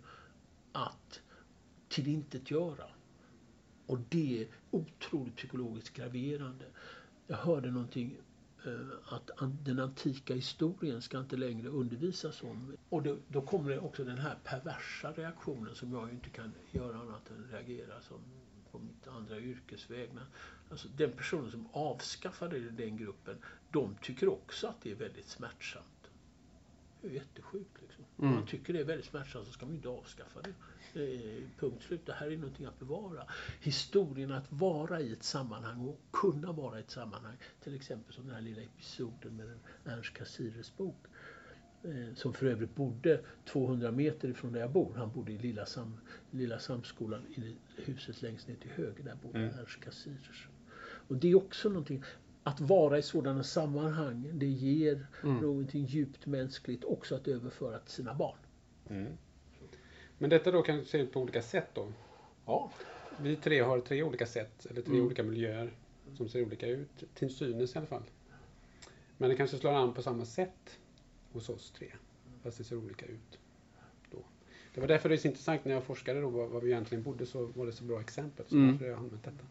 att tillintetgöra. Och det är otroligt psykologiskt graverande. Jag hörde någonting att den antika historien ska inte längre undervisas om. Och då, då kommer det också den här perversa reaktionen som jag ju inte kan göra annat än reagera som på mitt andra yrkesväg. Alltså den personen som avskaffade den gruppen, de tycker också att det är väldigt smärtsamt. Det är jättesjukt liksom. Mm. Om man tycker det är väldigt smärtsamt så ska man inte avskaffa det. Eh, punkt slut. Det här är någonting att bevara. Historien att vara i ett sammanhang och kunna vara i ett sammanhang. Till exempel som den här lilla episoden med en Ernst Cassirers bok. Eh, som för övrigt bodde tvåhundra meter ifrån där jag bor. Han bodde i lilla, sam, lilla Samskolan i huset längst ner till höger. Där bodde mm. Ernst Cassirers. Och det är också någonting. Att vara i sådana sammanhang, det ger mm. någonting djupt mänskligt också att överföra till sina barn. Mm. Men detta då kan se ut på olika sätt då? Ja. Vi tre har tre olika sätt, eller tre mm. olika miljöer som ser olika ut, till synes i alla fall. Men det kanske slår an på samma sätt hos oss tre, fast det ser olika ut då. Det var därför det är så intressant när jag forskade då vad, vad vi egentligen bodde, så var det så bra exempel, så mm. därför har jag använt detta.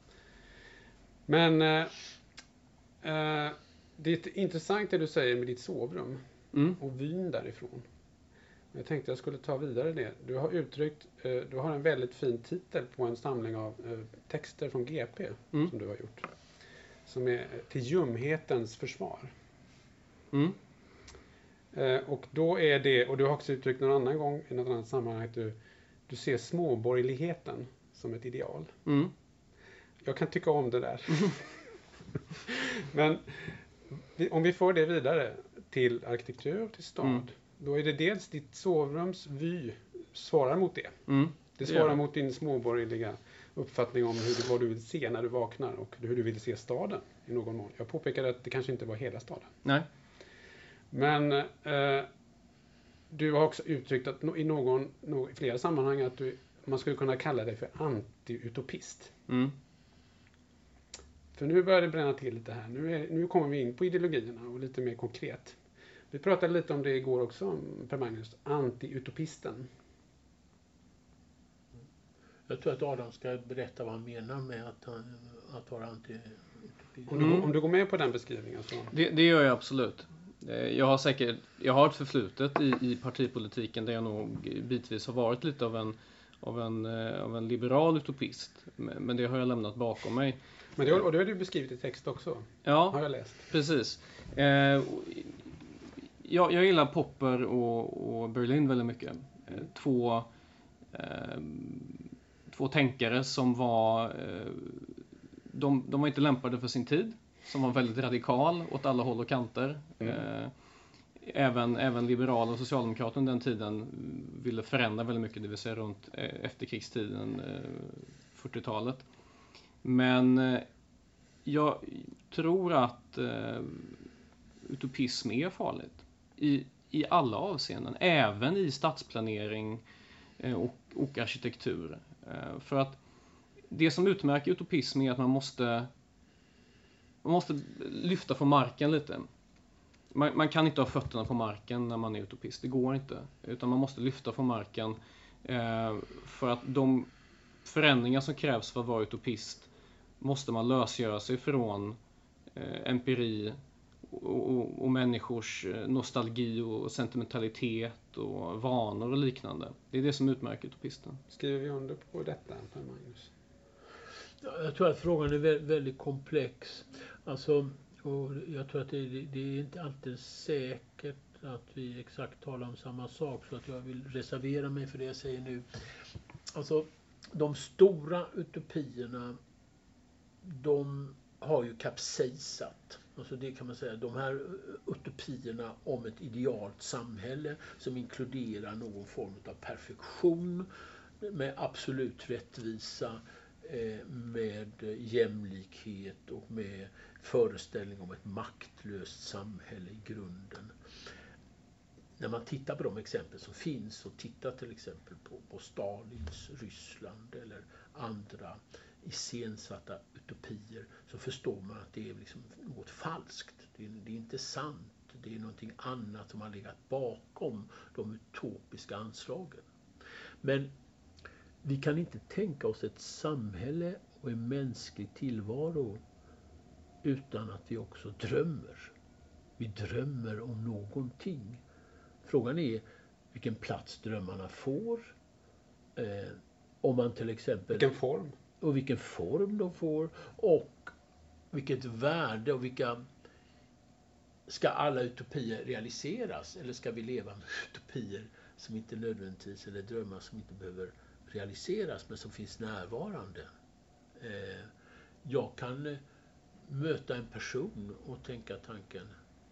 Men eh, eh, det är intressant det du säger med ditt sovrum mm. och vyn därifrån. Jag tänkte jag skulle ta vidare det. Du har uttryckt, eh, du har en väldigt fin titel på en samling av eh, texter från G P mm. som du har gjort. Som är till ljumhetens försvar. Mm. Eh, och då är det, och du har också uttryckt någon annan gång i något annat sammanhang att du, du ser småborgerligheten som ett ideal. Mm. Jag kan tycka om det där. Mm. Men om vi får det vidare till arkitektur och till stad. Mm. Då är det dels ditt sovrums vy svarar mot det. Mm, det svarar det mot din småborgerliga uppfattning om hur, vad du vill se när du vaknar och hur du vill se staden i någon mån. Jag påpekade att det kanske inte var hela staden. Nej. Men eh, du har också uttryckt att no, i någon, no, i flera sammanhang att du, man skulle kunna kalla dig för anti-utopist. Mm. För nu börjar det bränna till lite här. Nu, är, nu kommer vi in på ideologierna och lite mer konkret. Vi pratade lite om det igår också, Per Magnus, anti-utopisten. Jag tror att Adam ska berätta vad han menar med att, han, att vara anti-utopist. Om du, mm. om du går med på den beskrivningen så... Det, det gör jag absolut. Jag har säkert, jag har ett förflutet i, i partipolitiken där jag nog bitvis har varit lite av en, av en, av en liberal utopist. Men det har jag lämnat bakom mig. Men det, och det har du beskrivit i text också, ja, har jag läst. Precis. Eh, Jag, jag gillar Popper och, och Berlin väldigt mycket. Två, eh, två tänkare som var... Eh, de, de var inte lämpade för sin tid. Som var väldigt radikal åt alla håll och kanter. Mm. Eh, även, även liberaler och socialdemokrater under den tiden ville förändra väldigt mycket. Det vill säga runt eh, efterkrigstiden, eh, fyrtiotalet. Men eh, jag tror att eh, utopism är farligt. I, i alla avseenden, även i stadsplanering eh, och, och arkitektur. Eh, för att det som utmärker utopism är att man måste man måste lyfta från marken lite. Man, man kan inte ha fötterna på marken när man är utopist, det går inte. Utan man måste lyfta från marken eh, för att de förändringar som krävs för att vara utopist måste man lösgöra sig från eh, empiri Och, och, och människors nostalgi och sentimentalitet och vanor och liknande. Det är det som utmärker utopisten. Skriver vi under på detta, Per Magnus? Jag tror att frågan är väldigt, väldigt komplex. Alltså, och jag tror att det, det är inte alltid säkert att vi exakt talar om samma sak, så att jag vill reservera mig för det jag säger nu. Alltså, de stora utopierna, de har ju kapsejsat. Alltså det kan man säga, de här utopierna om ett idealt samhälle som inkluderar någon form av perfektion med absolut rättvisa, med jämlikhet och med föreställning om ett maktlöst samhälle i grunden. När man tittar på de exempel som finns och tittar till exempel på, på Stalins Ryssland eller andra iscensatta utopier, så förstår man att det är liksom något falskt. Det är, det är inte sant. Det är någonting annat som har legat bakom de utopiska anslagen. Men vi kan inte tänka oss ett samhälle och en mänsklig tillvaro utan att vi också drömmer. Vi drömmer om någonting. Frågan är vilken plats drömmarna får. Eh, om man till exempel... Vilken form. Och vilken form de får. Och vilket värde och vilka... Ska alla utopier realiseras? Eller ska vi leva med utopier som inte nödvändigtvis, eller drömmar som inte behöver realiseras men som finns närvarande? Eh, jag kan eh, möta en person och tänka tanken: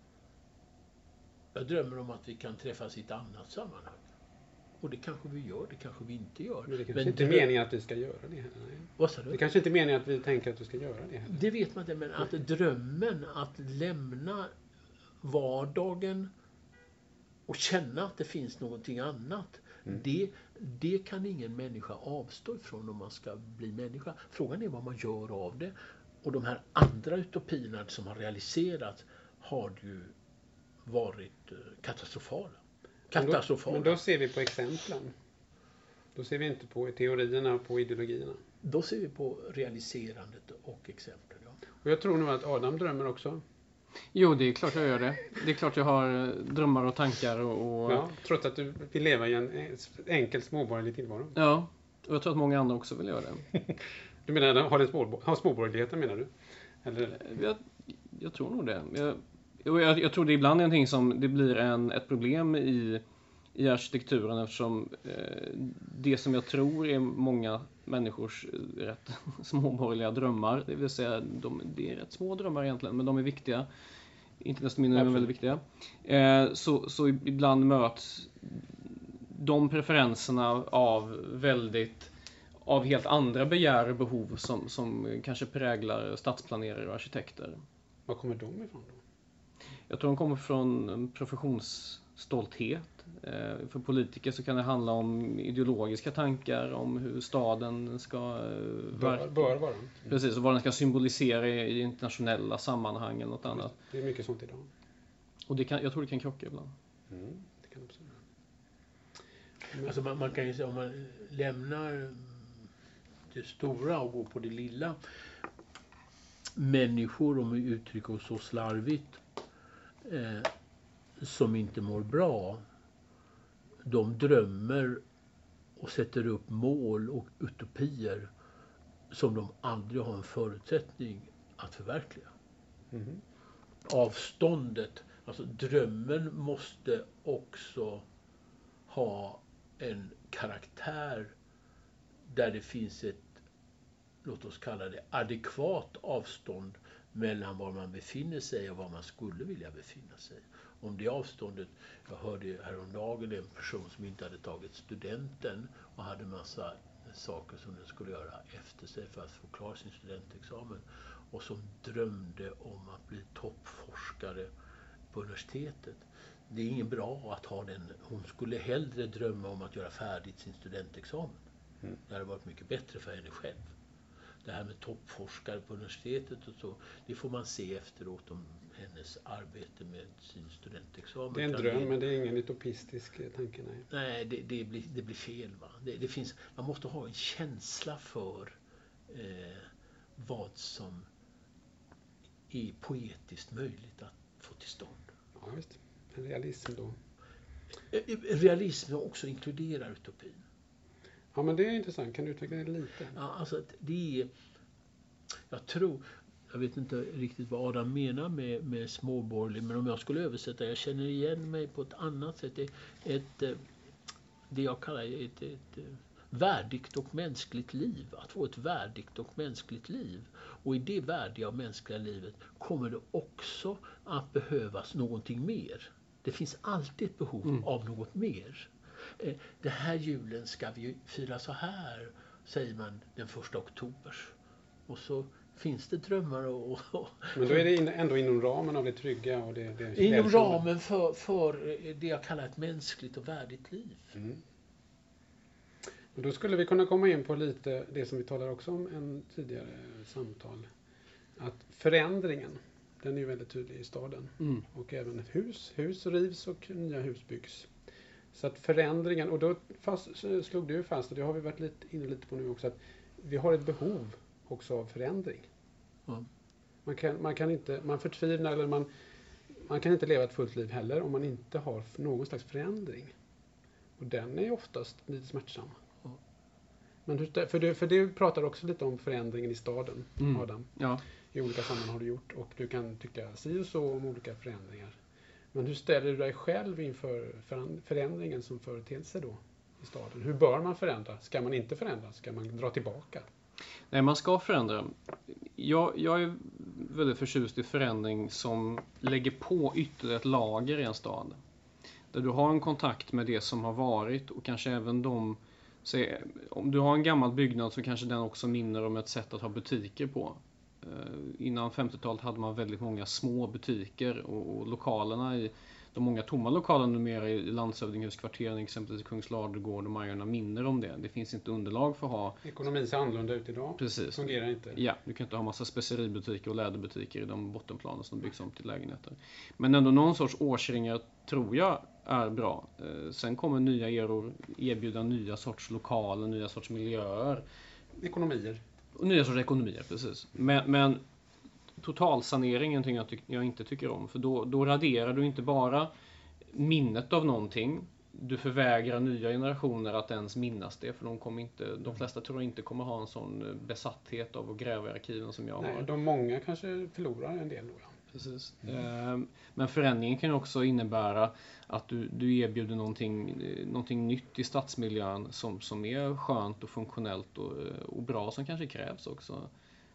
jag drömmer om att vi kan träffas i ett annat sammanhang. Och det kanske vi gör, det kanske vi inte gör. Men det kanske men inte är dröm... meningen att vi ska göra det heller. Nej. Vad sa du? Det kanske inte är meningen att vi tänker att vi ska göra det heller. Det vet man inte, men att drömmen att lämna vardagen och känna att det finns någonting annat, mm. det, det kan ingen människa avstå ifrån om man ska bli människa. Frågan är vad man gör av det. Och de här andra utopierna som har realiserats har ju varit katastrofala. Katastrofala. Men då, men då ser vi på exemplen. Då ser vi inte på teorierna och på ideologierna. Då ser vi på realiserandet och exemplen. Ja. Och jag tror nog att Adam drömmer också. Jo, det är klart jag gör det. Det är klart jag har drömmar och tankar. Och, och... Ja, trots att du vill leva i en enkel småborgerlig tillvaro. Ja, och jag tror att många andra också vill göra det. Du menar, har det små, har småborgerligheten menar du? Eller? Jag, jag tror nog det. Jag, jag, jag tror det ibland är någonting som det blir en, ett problem i, i arkitekturen, eftersom eh, det som jag tror är många människors rätt småborgerliga drömmar, det vill säga de, det är rätt små drömmar egentligen, men de är viktiga. Inte desto mindre, men väldigt viktiga. Eh, så, så ibland möts de preferenserna av väldigt av helt andra begär och behov som, som kanske präglar stadsplanerare och arkitekter. Var kommer de ifrån då? Jag tror de kommer från en professionsstolthet. Eh, för politiker så kan det handla om ideologiska tankar om hur staden ska eh, bör, bör vara. Mm. Precis, och vad den ska symbolisera i, i internationella sammanhang eller något annat. Det är mycket sånt idag. Och det kan, jag tror det kan krocka ibland. Mm, det kan absolut. Men... Alltså man, man kan ju säga, om man lämnar det stora och går på det lilla. Människor, om vi uttrycker oss så slarvigt, eh, som inte mår bra, de drömmer och sätter upp mål och utopier som de aldrig har en förutsättning att förverkliga. Mm. Avståndet, alltså drömmen måste också ha en karaktär där det finns ett, låt oss kalla det, adekvat avstånd mellan var man befinner sig och var man skulle vilja befinna sig. Om det avståndet, jag hörde häromdagen en person som inte hade tagit studenten och hade massa saker som den skulle göra efter sig för att få klar sin studentexamen, och som drömde om att bli toppforskare på universitetet. Det är ingen bra att ha den. Hon skulle hellre drömma om att göra färdigt sin studentexamen. Mm. Det hade varit mycket bättre för henne själv. Det här med toppforskare på universitetet och så, det får man se efteråt om hennes arbete med sin studentexamen. Det är en dröm, det... men det är ingen utopistisk tanke, nej. Nej, det, det, blir, det blir fel, va. Det, det finns, man måste ha en känsla för eh, vad som är poetiskt möjligt att få till stånd. Ja, visst. En realism då. Realism också inkluderar utopin. Ja, men det är intressant. Kan du utveckla det lite? Ja, alltså det är... Jag tror... Jag vet inte riktigt vad Adam menar med, med småborgerlig, men om jag skulle översätta, jag känner igen mig på ett annat sätt. Ett, ett, det jag kallar ett, ett värdigt och mänskligt liv. Att få ett värdigt och mänskligt liv. Och i det värdiga och mänskliga livet kommer det också att behövas någonting mer. Det finns alltid ett behov mm. av något mer. Eh, det här julen ska vi fira så här, säger man den första oktober. Och så finns det drömmar och... och Men då är det ändå inom ramen av det trygga och det... det inom ramen för, för det jag kallar ett mänskligt och värdigt liv. Mm. Och då skulle vi kunna komma in på lite det som vi talade också om en tidigare samtal. Att förändringen, den är ju väldigt tydlig i staden. Mm. Och även ett hus. Hus rivs och nya hus byggs. Så att förändringen, och då fast, slog du fast, och det har vi varit lite inne lite på nu också, att vi har ett behov också av förändring. Mm. Man kan, man kan inte, man förtvivlar eller man, man kan inte leva ett fullt liv heller om man inte har någon slags förändring. Och den är oftast lite smärtsam. Mm. Men hur, för, du, för du pratar också lite om förändringen i staden, mm. Adam. Ja. I olika sammanhang har du gjort, och du kan tycka si och så om olika förändringar. Men hur ställer du dig själv inför förändringen som företeelse då i staden? Hur bör man förändra? Ska man inte förändra? Ska man dra tillbaka? Nej, man ska förändra. Jag, jag är väldigt förtjust i förändring som lägger på ytterligare ett lager i en stad. Där du har en kontakt med det som har varit och kanske även de... Se, om du har en gammal byggnad så kanske den också minner om ett sätt att ha butiker på. Innan femtiotalet hade man väldigt många små butiker och, och lokalerna i de många tomma lokalerna numera i landshövdinghuskvarteren, exempelvis Kungsladugård och Majorna, minner om det. Det finns inte underlag för att ha... Ekonomin ser annorlunda ut idag. Precis. Fungerar inte. Ja, du kan inte ha massa speceributiker och läderbutiker i de bottenplaner som byggs om till lägenheter. Men ändå någon sorts årsringar tror jag är bra. Sen kommer nya eror erbjuda nya sorts lokaler, nya sorts miljöer. Ekonomier. Och nya sorts ekonomier, precis. Men, men totalsaneringen tycker jag, jag inte tycker om. För då, då raderar du inte bara minnet av någonting. Du förvägrar nya generationer att ens minnas det. För de, kommer inte, de flesta tror jag inte kommer ha en sån besatthet av att gräva i arkiven som jag Nej, har. De många kanske förlorar en del då, ja. Precis. Mm. Men förändringen kan också innebära att du, du erbjuder någonting, någonting nytt i stadsmiljön som, som är skönt och funktionellt och, och bra, som kanske krävs också.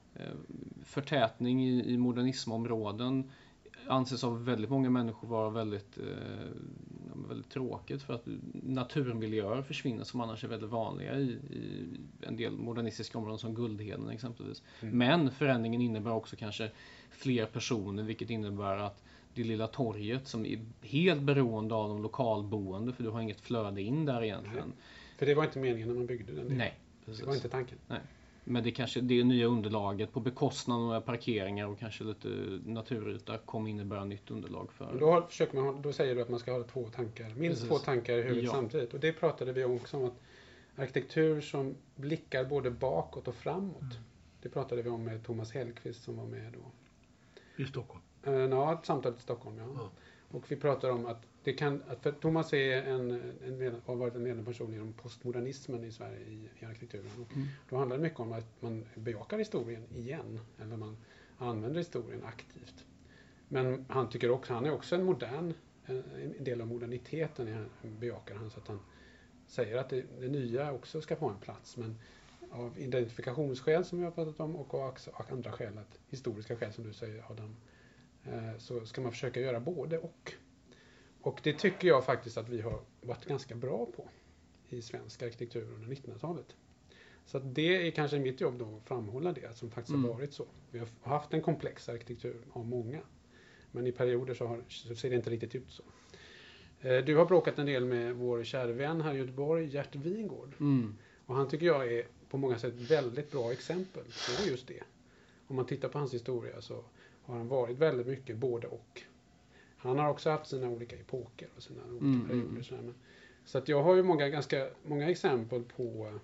Förtätning i, i modernismområden anses av väldigt många människor vara väldigt, eh, väldigt tråkigt, för att naturmiljöer försvinner som annars är väldigt vanliga i, i en del modernistiska områden som Guldheden exempelvis. Mm. Men förändringen innebär också kanske fler personer, vilket innebär att det lilla torget som är helt beroende av de lokalboende, för du har inget flöde in där egentligen. Nej. För det var inte meningen när man byggde den. Nej, precis. Det var inte tanken. Nej. Men det kanske det nya underlaget på bekostnad av parkeringar och kanske lite naturyta kommer innebära nytt underlag för. Då, försöker man, då säger du att man ska ha två tankar, minst Precis. två tankar i huvudet ja. samtidigt. Och det pratade vi också om, att arkitektur som blickar både bakåt och framåt. Mm. Det pratade vi om med Thomas Hellqvist som var med då. I Stockholm? Uh, ja, samtalet i Stockholm, ja. ja. Och vi pratar om att det kan, att för Thomas är en, en, har varit en ledande person inom postmodernismen i Sverige i, i arkitekturen. Och mm. Då handlar det mycket om att man bejakar historien igen, eller man använder historien aktivt. Men han tycker också, han är också en modern, en del av moderniteten bejakar han, så att han säger att det, det nya också ska få en plats, men av identifikationsskäl som vi har pratat om, och också och andra skäl, att historiska skäl som du säger, Adam, så ska man försöka göra både och. Och det tycker jag faktiskt att vi har varit ganska bra på i svensk arkitektur under nittonhundratalet. Så att det är kanske mitt jobb då att framhålla det, som faktiskt mm. har varit så. Vi har haft en komplex arkitektur av många, men i perioder så, har, så ser det inte riktigt ut så. Du har bråkat en del med vår kära vän här i Göteborg, Gert Wingård. Mm. Och han tycker jag är på många sätt väldigt bra exempel på just det. Om man tittar på hans historia så har han varit väldigt mycket både och. Han har också haft sina olika epoker och sina olika mm, perioder. Så, men, så att jag har ju många, ganska många exempel på,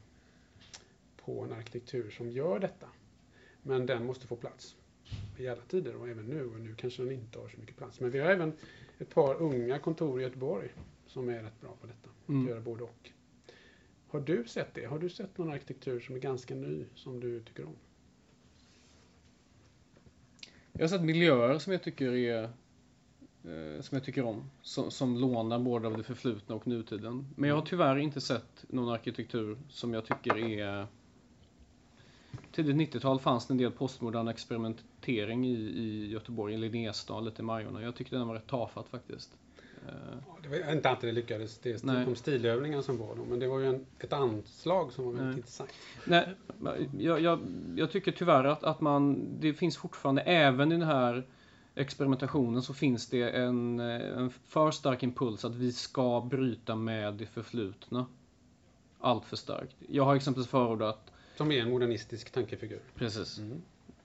på en arkitektur som gör detta. Men den måste få plats i alla tider, och även nu. Och nu kanske den inte har så mycket plats. Men vi har även ett par unga kontor i Göteborg som är rätt bra på detta. Mm. Att göra både och. Har du sett det? Har du sett någon arkitektur som är ganska ny som du tycker om? Jag har sett miljöer som jag tycker är eh, som jag tycker om. Som, som lånar både av det förflutna och nutiden. Men jag har tyvärr inte sett någon arkitektur som jag tycker är... Tidigt nittiotal fanns det en del postmodern experimentering i, i Göteborg, i Linnéstal, lite i Majorna. Jag tyckte den var rätt tafatt faktiskt. Ja, det var inte alltid det lyckades, det Nej. de stilövningar som var då, men det var ju en, ett anslag som var väldigt Nej. intressant. Nej, jag, jag, jag tycker tyvärr att, att man, det finns fortfarande, även i den här experimentationen så finns det en, en för stark impuls att vi ska bryta med det förflutna. Allt för starkt. Jag har exempelvis förordat... Som är en modernistisk tankefigur. Precis. Mm.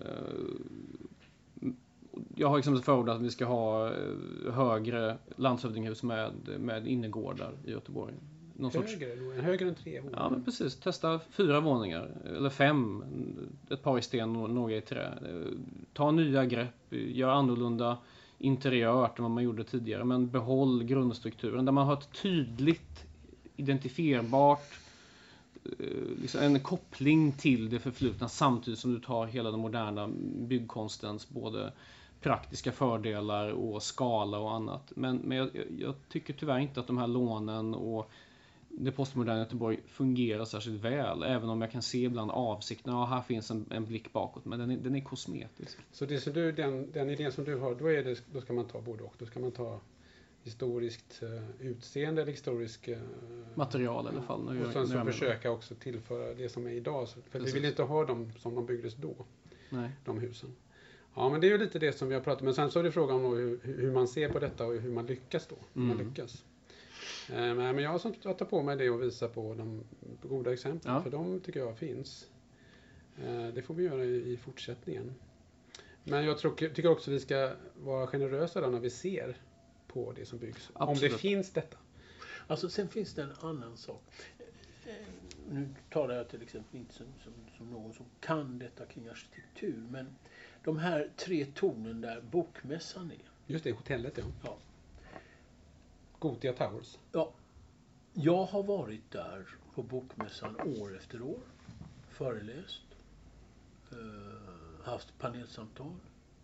Jag har exempelvis förordat att vi ska ha högre landshövdinghus med, med innergårdar i Göteborg. Någon Högre, sorts... då, högre än tre våningar. Ja, men precis. Testa fyra våningar. Eller fem. Ett par i sten och några i trä. Ta nya grepp. Gör annorlunda interiört än vad man gjorde tidigare. Men behåll grundstrukturen. Där man har ett tydligt identifierbart liksom en koppling till det förflutna samtidigt som du tar hela den moderna byggkonstens både praktiska fördelar och skala och annat. Men, men jag, jag tycker tyvärr inte att de här lånen och det postmoderna Göteborg fungerar särskilt väl. Även om jag kan se ibland avsikterna. Ja, här finns en, en blick bakåt. Men den är, den är kosmetisk. Så det som du, den, den idén som du har, då, är det, då ska man ta både och. Då ska man ta historiskt uh, utseende eller historisk... Uh, material i alla fall. Och sen så försöka också tillföra det som är idag. För Precis. Vi vill inte ha dem som de byggdes då. Nej. De husen. Ja, men det är ju lite det som vi har pratat om. Men sen så är det frågan om hur, hur man ser på detta och hur man lyckas då. Hur Mm. man lyckas. Eh, men jag har som tar på mig det och visa på de goda exemplen. Ja. För de tycker jag finns. Eh, det får vi göra i, i fortsättningen. Men jag tror, tycker också att vi ska vara generösa då när vi ser på det som byggs. Absolut. Om det finns detta. Alltså sen finns det en annan sak. Nu talar jag till exempel inte som, som, som någon som kan detta kring arkitektur. Men de här tre tornen där bokmässan är. Just det, hotellet ja. Ja. Gothia Towers. Ja. Jag har varit där på bokmässan år efter år. Föreläst. Eh, haft panelsamtal.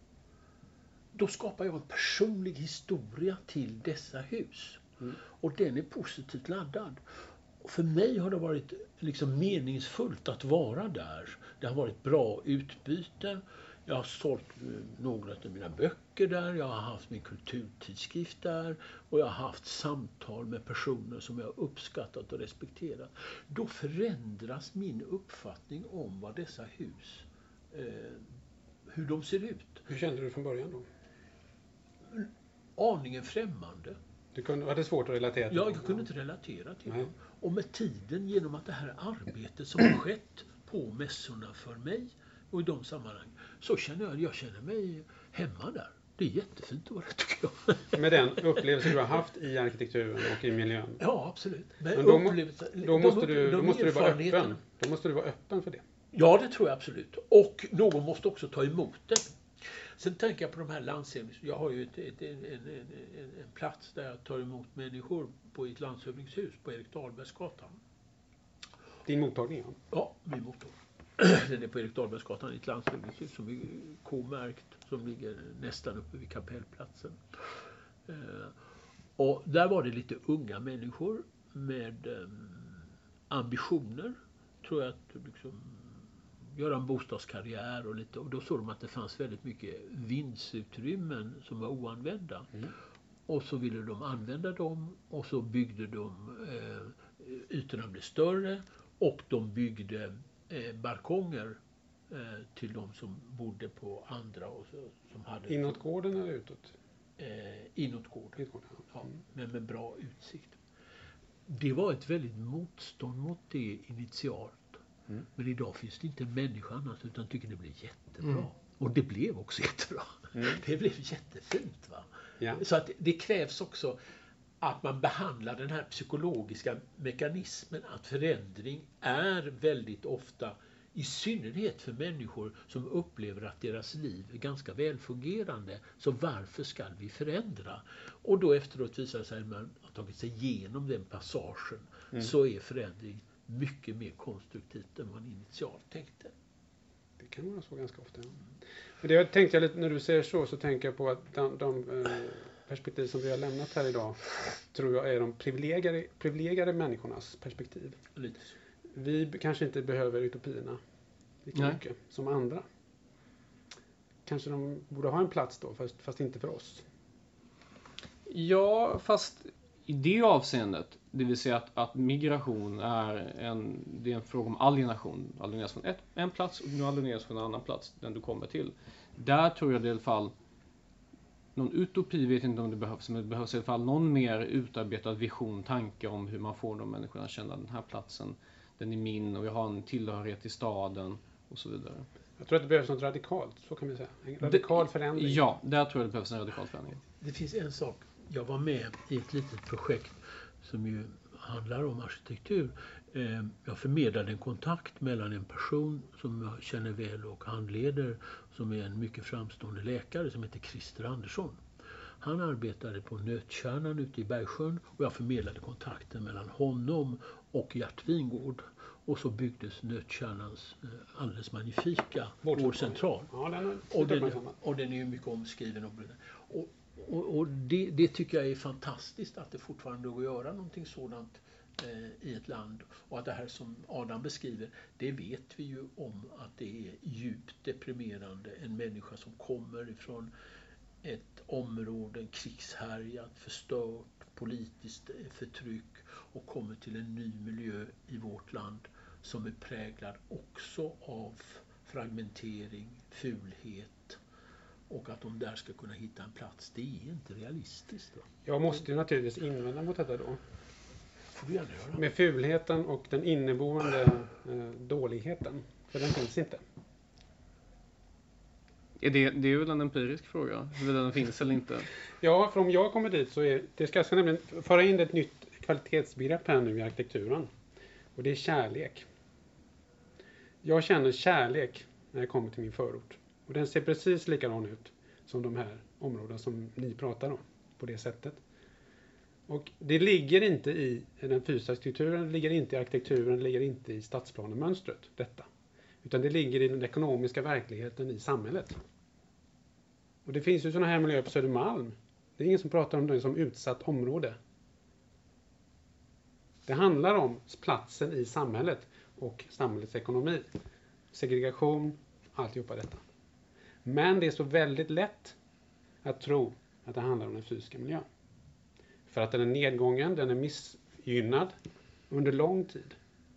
Då skapar jag en personlig historia till dessa hus. Mm. Och den är positivt laddad. Och för mig har det varit liksom meningsfullt att vara där. Det har varit bra utbyten. Jag har sålt några av mina böcker där. Jag har haft min kulturtidskrift där. Och jag har haft samtal med personer som jag har uppskattat och respekterat. Då förändras min uppfattning om vad dessa hus, eh, hur de ser ut. Hur kände du från början då? Aningen främmande. Du kunde, hade svårt att relatera till Ja, dem, jag kunde ja. inte relatera till Nej. dem. Och med tiden, genom att det här arbetet som har skett på mässorna för mig och i de sammanhang, så känner jag, jag känner mig hemma där. Det är jättefint att vara där, tycker jag. Med den upplevelse du har haft i arkitekturen och i miljön. Ja, absolut. Men, Men då, må, upplevelse- då, de- måste, de- du, de då måste du vara erfarenheterna- öppen. Då måste du vara öppen för det. Ja, det tror jag absolut. Och någon måste också ta emot det. Sen tänker jag på de här landshövdings... Jag har ju ett, ett, en, en, en, en plats där jag tar emot människor på ett landshövdingshus på Erik Dahlbergsgatan. Din mottagning, ja. Ja, min motor. Den är på Erik Dahlbergsgatan i ett landshövdingshus som är K-märkt, som ligger nästan uppe vid Kapellplatsen. Eh, och där var det lite unga människor med eh, ambitioner, tror jag, att liksom göra en bostadskarriär och lite. Och då såg de att det fanns väldigt mycket vindsutrymmen som var oanvända. Mm. Och så ville de använda dem och så byggde de, eh, ytorna blev större och de byggde eh, balkonger eh, till de som bodde på andra och så, som hade Inåt gården eller utåt? eh, inåt gården. Inåt gården, ja. Ja, men med bra utsikt. Det var ett väldigt motstånd mot det initialt. Mm. Men idag finns det inte en människa annars utan tycker det blir jättebra. Mm. Och det blev också jättebra. Mm. Det blev jättefint, va? Ja. Så att det krävs också att man behandlar den här psykologiska mekanismen, att förändring är väldigt ofta, i synnerhet för människor som upplever att deras liv är ganska välfungerande. Så varför ska vi förändra? Och då efteråt visar det sig att man har tagit sig igenom den passagen, Mm. så är förändring mycket mer konstruktivt än man initialt tänkte. Det kan vara så ganska ofta. Ja. Men det tänkte jag lite, när du säger så, så tänker jag på att de, de, eh, perspektiv som vi har lämnat här idag tror jag är de privilegierade, privilegierade människornas perspektiv. Lite. Vi kanske inte behöver utopierna lika Nej. mycket som andra. Kanske de borde ha en plats då, fast, fast inte för oss. Ja, fast i det avseendet, det vill säga att, att migration är en, det är en fråga om alienation. Alieneras från ett, en plats och nu alieneras från en annan plats, den du kommer till. Där tror jag det i alla fall, någon utopi vet inte om det behövs, men det behövs i alla fall någon mer utarbetad vision, tanke om hur man får de människorna att känna den här platsen, den är min och jag har en tillhörighet i staden och så vidare. Jag tror att det behövs något radikalt, så kan vi säga. En radikal Det- förändring. Ja, där tror jag det behövs en radikal förändring. Det finns en sak. Jag var med i ett litet projekt som ju handlar om arkitektur. Eh, Jag förmedlade en kontakt mellan en person som jag känner väl och handleder, som är en mycket framstående läkare som heter Christer Andersson. Han arbetade på Nötkärnan ute i Bergsjön och jag förmedlade kontakten mellan honom och Gert Wingård. Och så byggdes Nötkärnans eh, alldeles magnifika vårdcentral. Ja, den är Och den, uppmärksammad. och den är ju mycket omskriven. Och, och, och, och det, det tycker jag är fantastiskt att det fortfarande går att göra någonting sådant eh, i ett land. Och att det här som Adam beskriver, det vet vi ju om att det är djupt deprimerande. En människa som kommer ifrån ett område, krigshärjat, förstört, politiskt förtryck och kommer till en ny miljö i vårt land som är präglad också av fragmentering, fulhet, och att de där ska kunna hitta en plats, det är inte realistiskt. Va? Jag måste ju naturligtvis invända mot detta då. Får du gärna göra. Med fulheten och den inneboende eh, dåligheten. För den finns inte. Är det, det är väl en empirisk fråga, huruvida den finns eller inte. Ja, för om jag kommer dit så är det ska jag ska nämligen föra in ett nytt kvalitetsbegrepp här nu i arkitekturen. Och det är kärlek. Jag känner kärlek när jag kommer till min förort. Och den ser precis likadan ut som de här områdena som ni pratar om på det sättet. Och det ligger inte i den fysiska strukturen, det ligger inte i arkitekturen, det ligger inte i stadsplanemönstret, detta. Utan det ligger i den ekonomiska verkligheten i samhället. Och det finns ju sådana här miljöer på Södermalm. Det är ingen som pratar om det som utsatt område. Det handlar om platsen i samhället och samhällets ekonomi. Segregation, alltihopa detta. Men det är så väldigt lätt att tro att det handlar om den fysiska miljön. För att den är nedgången, den är missgynnad under lång tid.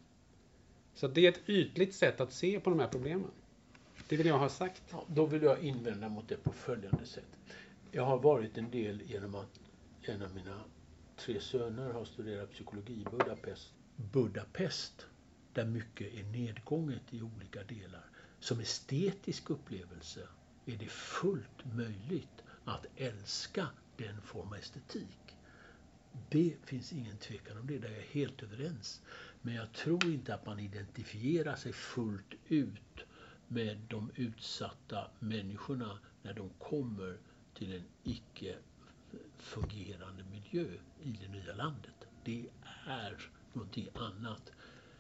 Så det är ett ytligt sätt att se på de här problemen. Det vill jag ha sagt. Ja, då vill jag invända mot det på följande sätt. Jag har varit en del genom att en av mina tre söner har studerat psykologi i Budapest. Budapest, där mycket är nedgånget i olika delar. Som estetisk upplevelse är det fullt möjligt att älska den form av estetik. Det finns ingen tvekan om det, där jag är helt överens. Men jag tror inte att man identifierar sig fullt ut med de utsatta människorna när de kommer till en icke fungerande miljö i det nya landet. Det är någonting annat.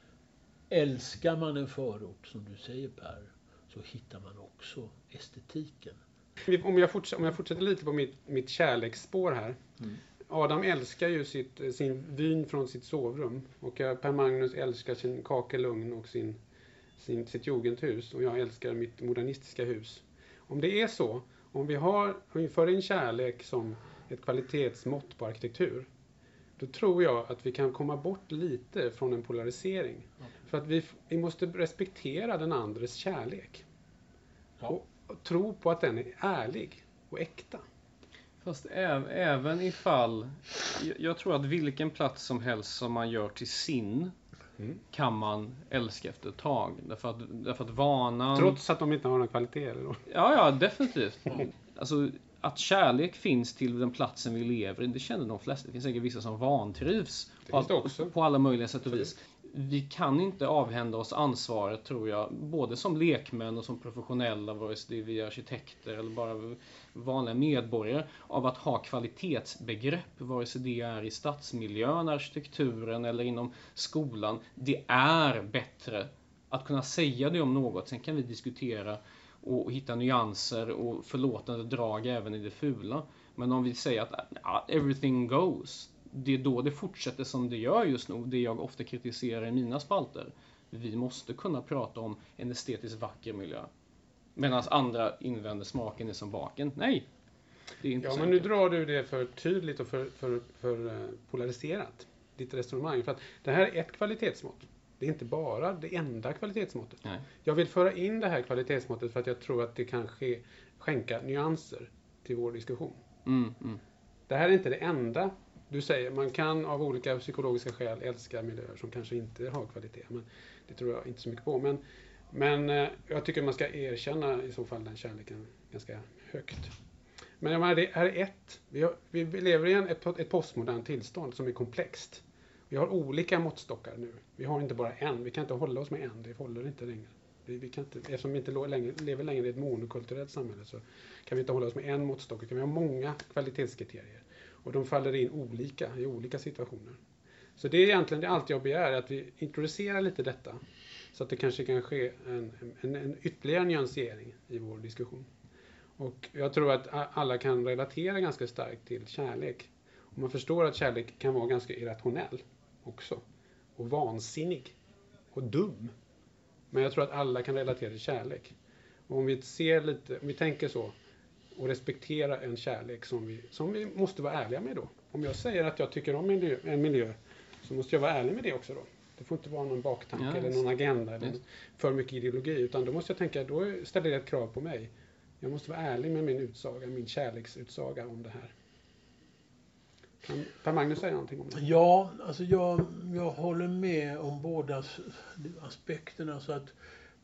Älskar man en förort, som du säger Per, så hittar man också estetiken. Om jag fortsätter, om jag fortsätter lite på mitt, mitt kärleksspår här. Mm. Adam älskar ju sitt, sin vyn från sitt sovrum. Och Per Magnus älskar sin kakelugn och sin, sin, sitt jugendhus. Och jag älskar mitt modernistiska hus. Om det är så, om vi har, om vi för in kärlek som ett kvalitetsmått på arkitektur. Då tror jag att vi kan komma bort lite från en polarisering. Ja. För att vi, vi måste respektera den andres kärlek. Ja. Och, och tro på att den är ärlig och äkta. Fast äv, även ifall, jag, jag tror att vilken plats som helst som man gör till sin Mm. kan man älska efter ett tag. Därför att, därför att vanan... Trots att de inte har någon kvalitet eller då. Ja, ja, definitivt. Alltså, att kärlek finns till den platsen vi lever i, det känner de flesta. Det finns säkert vissa som vantrivs Det på, finns det också. på alla möjliga sätt och vis. Vi kan inte avhända oss ansvaret, tror jag, både som lekmän och som professionella, vare sig vi är arkitekter eller bara vanliga medborgare, av att ha kvalitetsbegrepp, vare sig det är i stadsmiljön, arkitekturen eller inom skolan. Det är bättre att kunna säga det om något. Sen kan vi diskutera och hitta nyanser och förlåtande drag även i det fula. Men om vi säger att ja, everything goes, det är då det fortsätter som det gör just nu. Det jag ofta kritiserar i mina spalter. Vi måste kunna prata om en estetiskt vacker miljö. Medan andra invänder smaken är som baken. Nej, det är inte Ja, så men nu enkelt. drar du det för tydligt och för, för, för eh, polariserat. Ditt resonemang. För att det här är ett kvalitetsmått. Det är inte bara det enda kvalitetsmåttet. Nej. Jag vill föra in det här kvalitetsmåttet för att jag tror att det kan ske, skänka nyanser till vår diskussion. Mm, mm. Det här är inte det enda. Du säger, man kan av olika psykologiska skäl älska miljöer som kanske inte har kvalitet. Men det tror jag inte så mycket på. Men, men eh, jag tycker man ska erkänna i så fall den kärleken ganska högt. Men jag menar, det här är ett. Vi, har, vi lever i en, ett, ett postmodernt tillstånd som är komplext. Vi har olika måttstockar nu. Vi har inte bara en. Vi kan inte hålla oss med en. Det håller inte längre. Vi, vi kan inte, eftersom vi inte längre, lever längre i ett monokulturellt samhälle så kan vi inte hålla oss med en måttstock. Utan vi har många kvalitetskriterier. Och de faller in olika i olika situationer. Så det är egentligen det allt jag begär. Att vi introducerar lite detta. Så att det kanske kan ske en, en, en ytterligare nyansering i vår diskussion. Och jag tror att alla kan relatera ganska starkt till kärlek. Och man förstår att kärlek kan vara ganska irrationell också. Och vansinnig. Och dum. Men jag tror att alla kan relatera till kärlek. Och om vi ser lite, om vi tänker så. Och respekterar en kärlek som vi, som vi måste vara ärliga med då. Om jag säger att jag tycker om en miljö, en miljö så måste jag vara ärlig med det också då. Det får inte vara någon baktanke Ja, eller yes. någon agenda eller Yes. för mycket ideologi. Utan då måste jag tänka, då ställer det ett krav på mig. Jag måste vara ärlig med min utsaga, min kärleksutsaga om det här. Kan Per Magnus säga någonting om det? Ja, alltså jag, jag håller med om båda s- aspekterna. Så att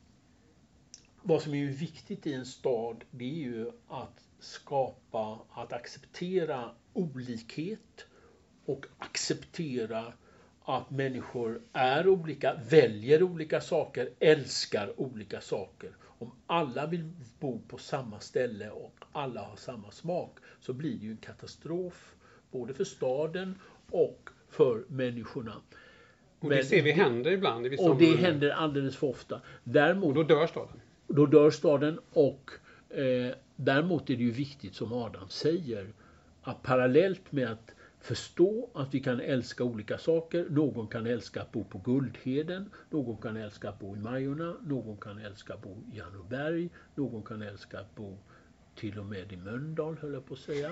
vad som är ju viktigt i en stad, det är ju att skapa, att acceptera olikhet och acceptera att människor är olika, väljer olika saker, älskar olika saker. Om alla vill bo på samma ställe och alla har samma smak så blir det ju en katastrof både för staden och för människorna. Och det Men- ser vi händer ibland i vissa Och det områden. händer alldeles för ofta. Och Däremot, då dör staden. då dör staden och eh, däremot är det ju viktigt som Adam säger att parallellt med att förstå att vi kan älska olika saker. Någon kan älska att bo på Guldheden, någon kan älska att bo i Majorna, någon kan älska att bo i Annoberg, någon kan älska att bo till och med i Mölndal, höll jag på att säga.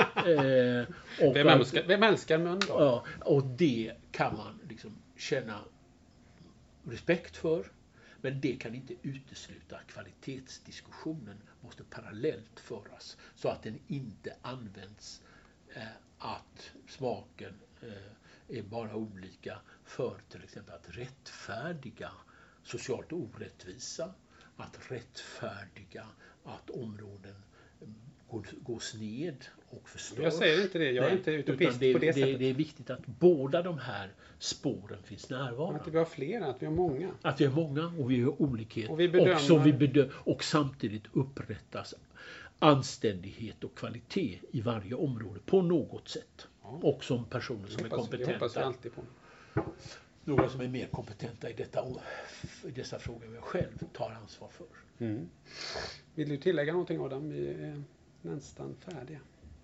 eh, och Vem att- älskar, vem älskar Mölndal? Ja, och det kan man liksom känna respekt för. Men det kan inte utesluta att kvalitetsdiskussionen måste parallellt föras. Så att den inte används eh, att smaken eh, är bara olika för till exempel att rättfärdiga socialt orättvisa. Att rättfärdiga att områden eh, går, gås ned och förstörs. Jag säger inte det, jag är Nej, inte utopist utan det, på det, det, sättet. det är viktigt att båda de här spåren finns Att närvarande. vi har flera, att vi har många. Att vi är många och vi har olikhet. Och vi bedömer- och, så vi bedö- och samtidigt upprättas anständighet och kvalitet i varje område på något sätt. Ja. Och som personer som Det är hoppas, det hoppas vi kompetenta. alltid på. Några som är mer kompetenta i, detta, i dessa frågor än jag själv tar ansvar för. Mm. Vill du tillägga någonting Adam? Vi är nästan färdiga.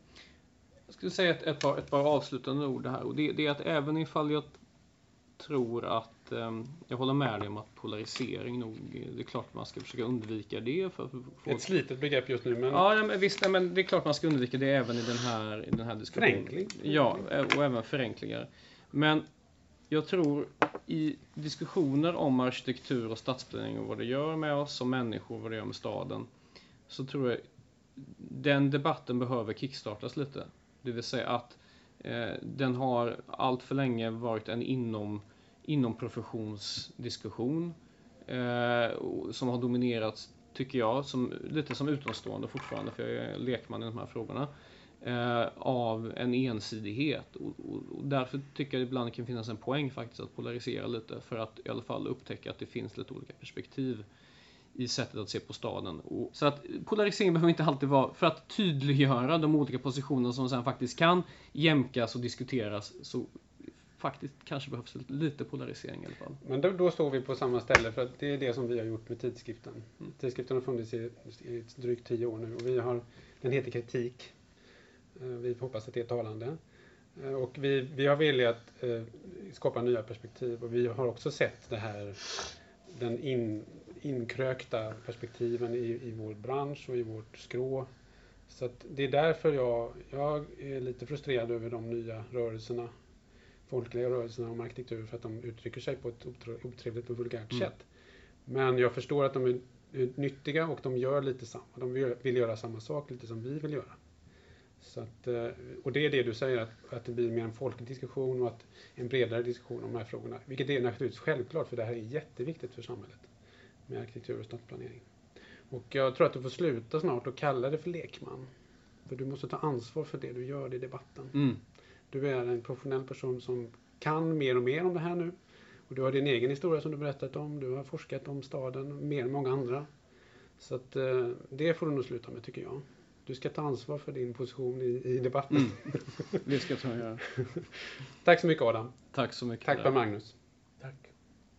Jag skulle säga ett, ett, par, ett par avslutande ord här. Och det, det är att även ifall jag tror att eh, jag håller med dig om att polarisering nog, det är klart man ska försöka undvika det. För, för folk. Ett slitet begrepp just nu, men Ja, nej, men visst, nej, men det är klart man ska undvika det även i den här, i den här diskussionen. Förenkling. Ja, och även förenklingar. Men jag tror i diskussioner om arkitektur och stadsplanering och vad det gör med oss som människor, vad det gör med staden, så tror jag den debatten behöver kickstartas lite. Det vill säga att eh, den har allt för länge varit en inom, inom professionsdiskussion eh, som har dominerats, tycker jag, som, lite som utomstående fortfarande, för jag är lekman i de här frågorna, eh, av en ensidighet. Och, och, och därför tycker jag ibland det kan finnas en poäng faktiskt att polarisera lite, för att i alla fall upptäcka att det finns lite olika perspektiv i sättet att se på staden. Och, så att polarisering behöver inte alltid vara för att tydliggöra de olika positionerna som sen faktiskt kan jämkas och diskuteras, så faktiskt kanske behövs lite polarisering i alla fall. Men då, då står vi på samma ställe, för att det är det som vi har gjort med tidskriften. Mm. Tidskriften har funnits i, i drygt tio år nu och vi har, den heter Kritik. Eh, vi hoppas att det är talande. Eh, och vi, vi har velat eh, skapa nya perspektiv, och vi har också sett det här, den in, inkrökta perspektiven i, i vår bransch och i vårt skrå. Så att det är därför jag, jag är lite frustrerad över de nya rörelserna, folkliga rörelserna om arkitektur, för att de uttrycker sig på ett otrevligt och vulgärt Mm. sätt. Men jag förstår att de är nyttiga och de gör lite samma. De vill, vill göra samma sak lite som vi vill göra. Så att, och det är det du säger, att, att det blir mer en folklig diskussion och att en bredare diskussion om de här frågorna. Vilket är naturligtvis självklart, för det här är jätteviktigt för samhället med arkitektur och stadsplanering. Och jag tror att du får sluta snart och kalla det för lekman. För du måste ta ansvar för det du gör i debatten. Mm. Du är en professionell person som kan mer och mer om det här nu. Och du har din egen historia som du berättat om. Du har forskat om staden mer än många andra. Så att eh, det får du nog sluta med, tycker jag. Du ska ta ansvar för din position i, i debatten. Mm. Det ska jag ta och göra. Tack så mycket, Adam. Tack så mycket. Tack Per Magnus. Tack.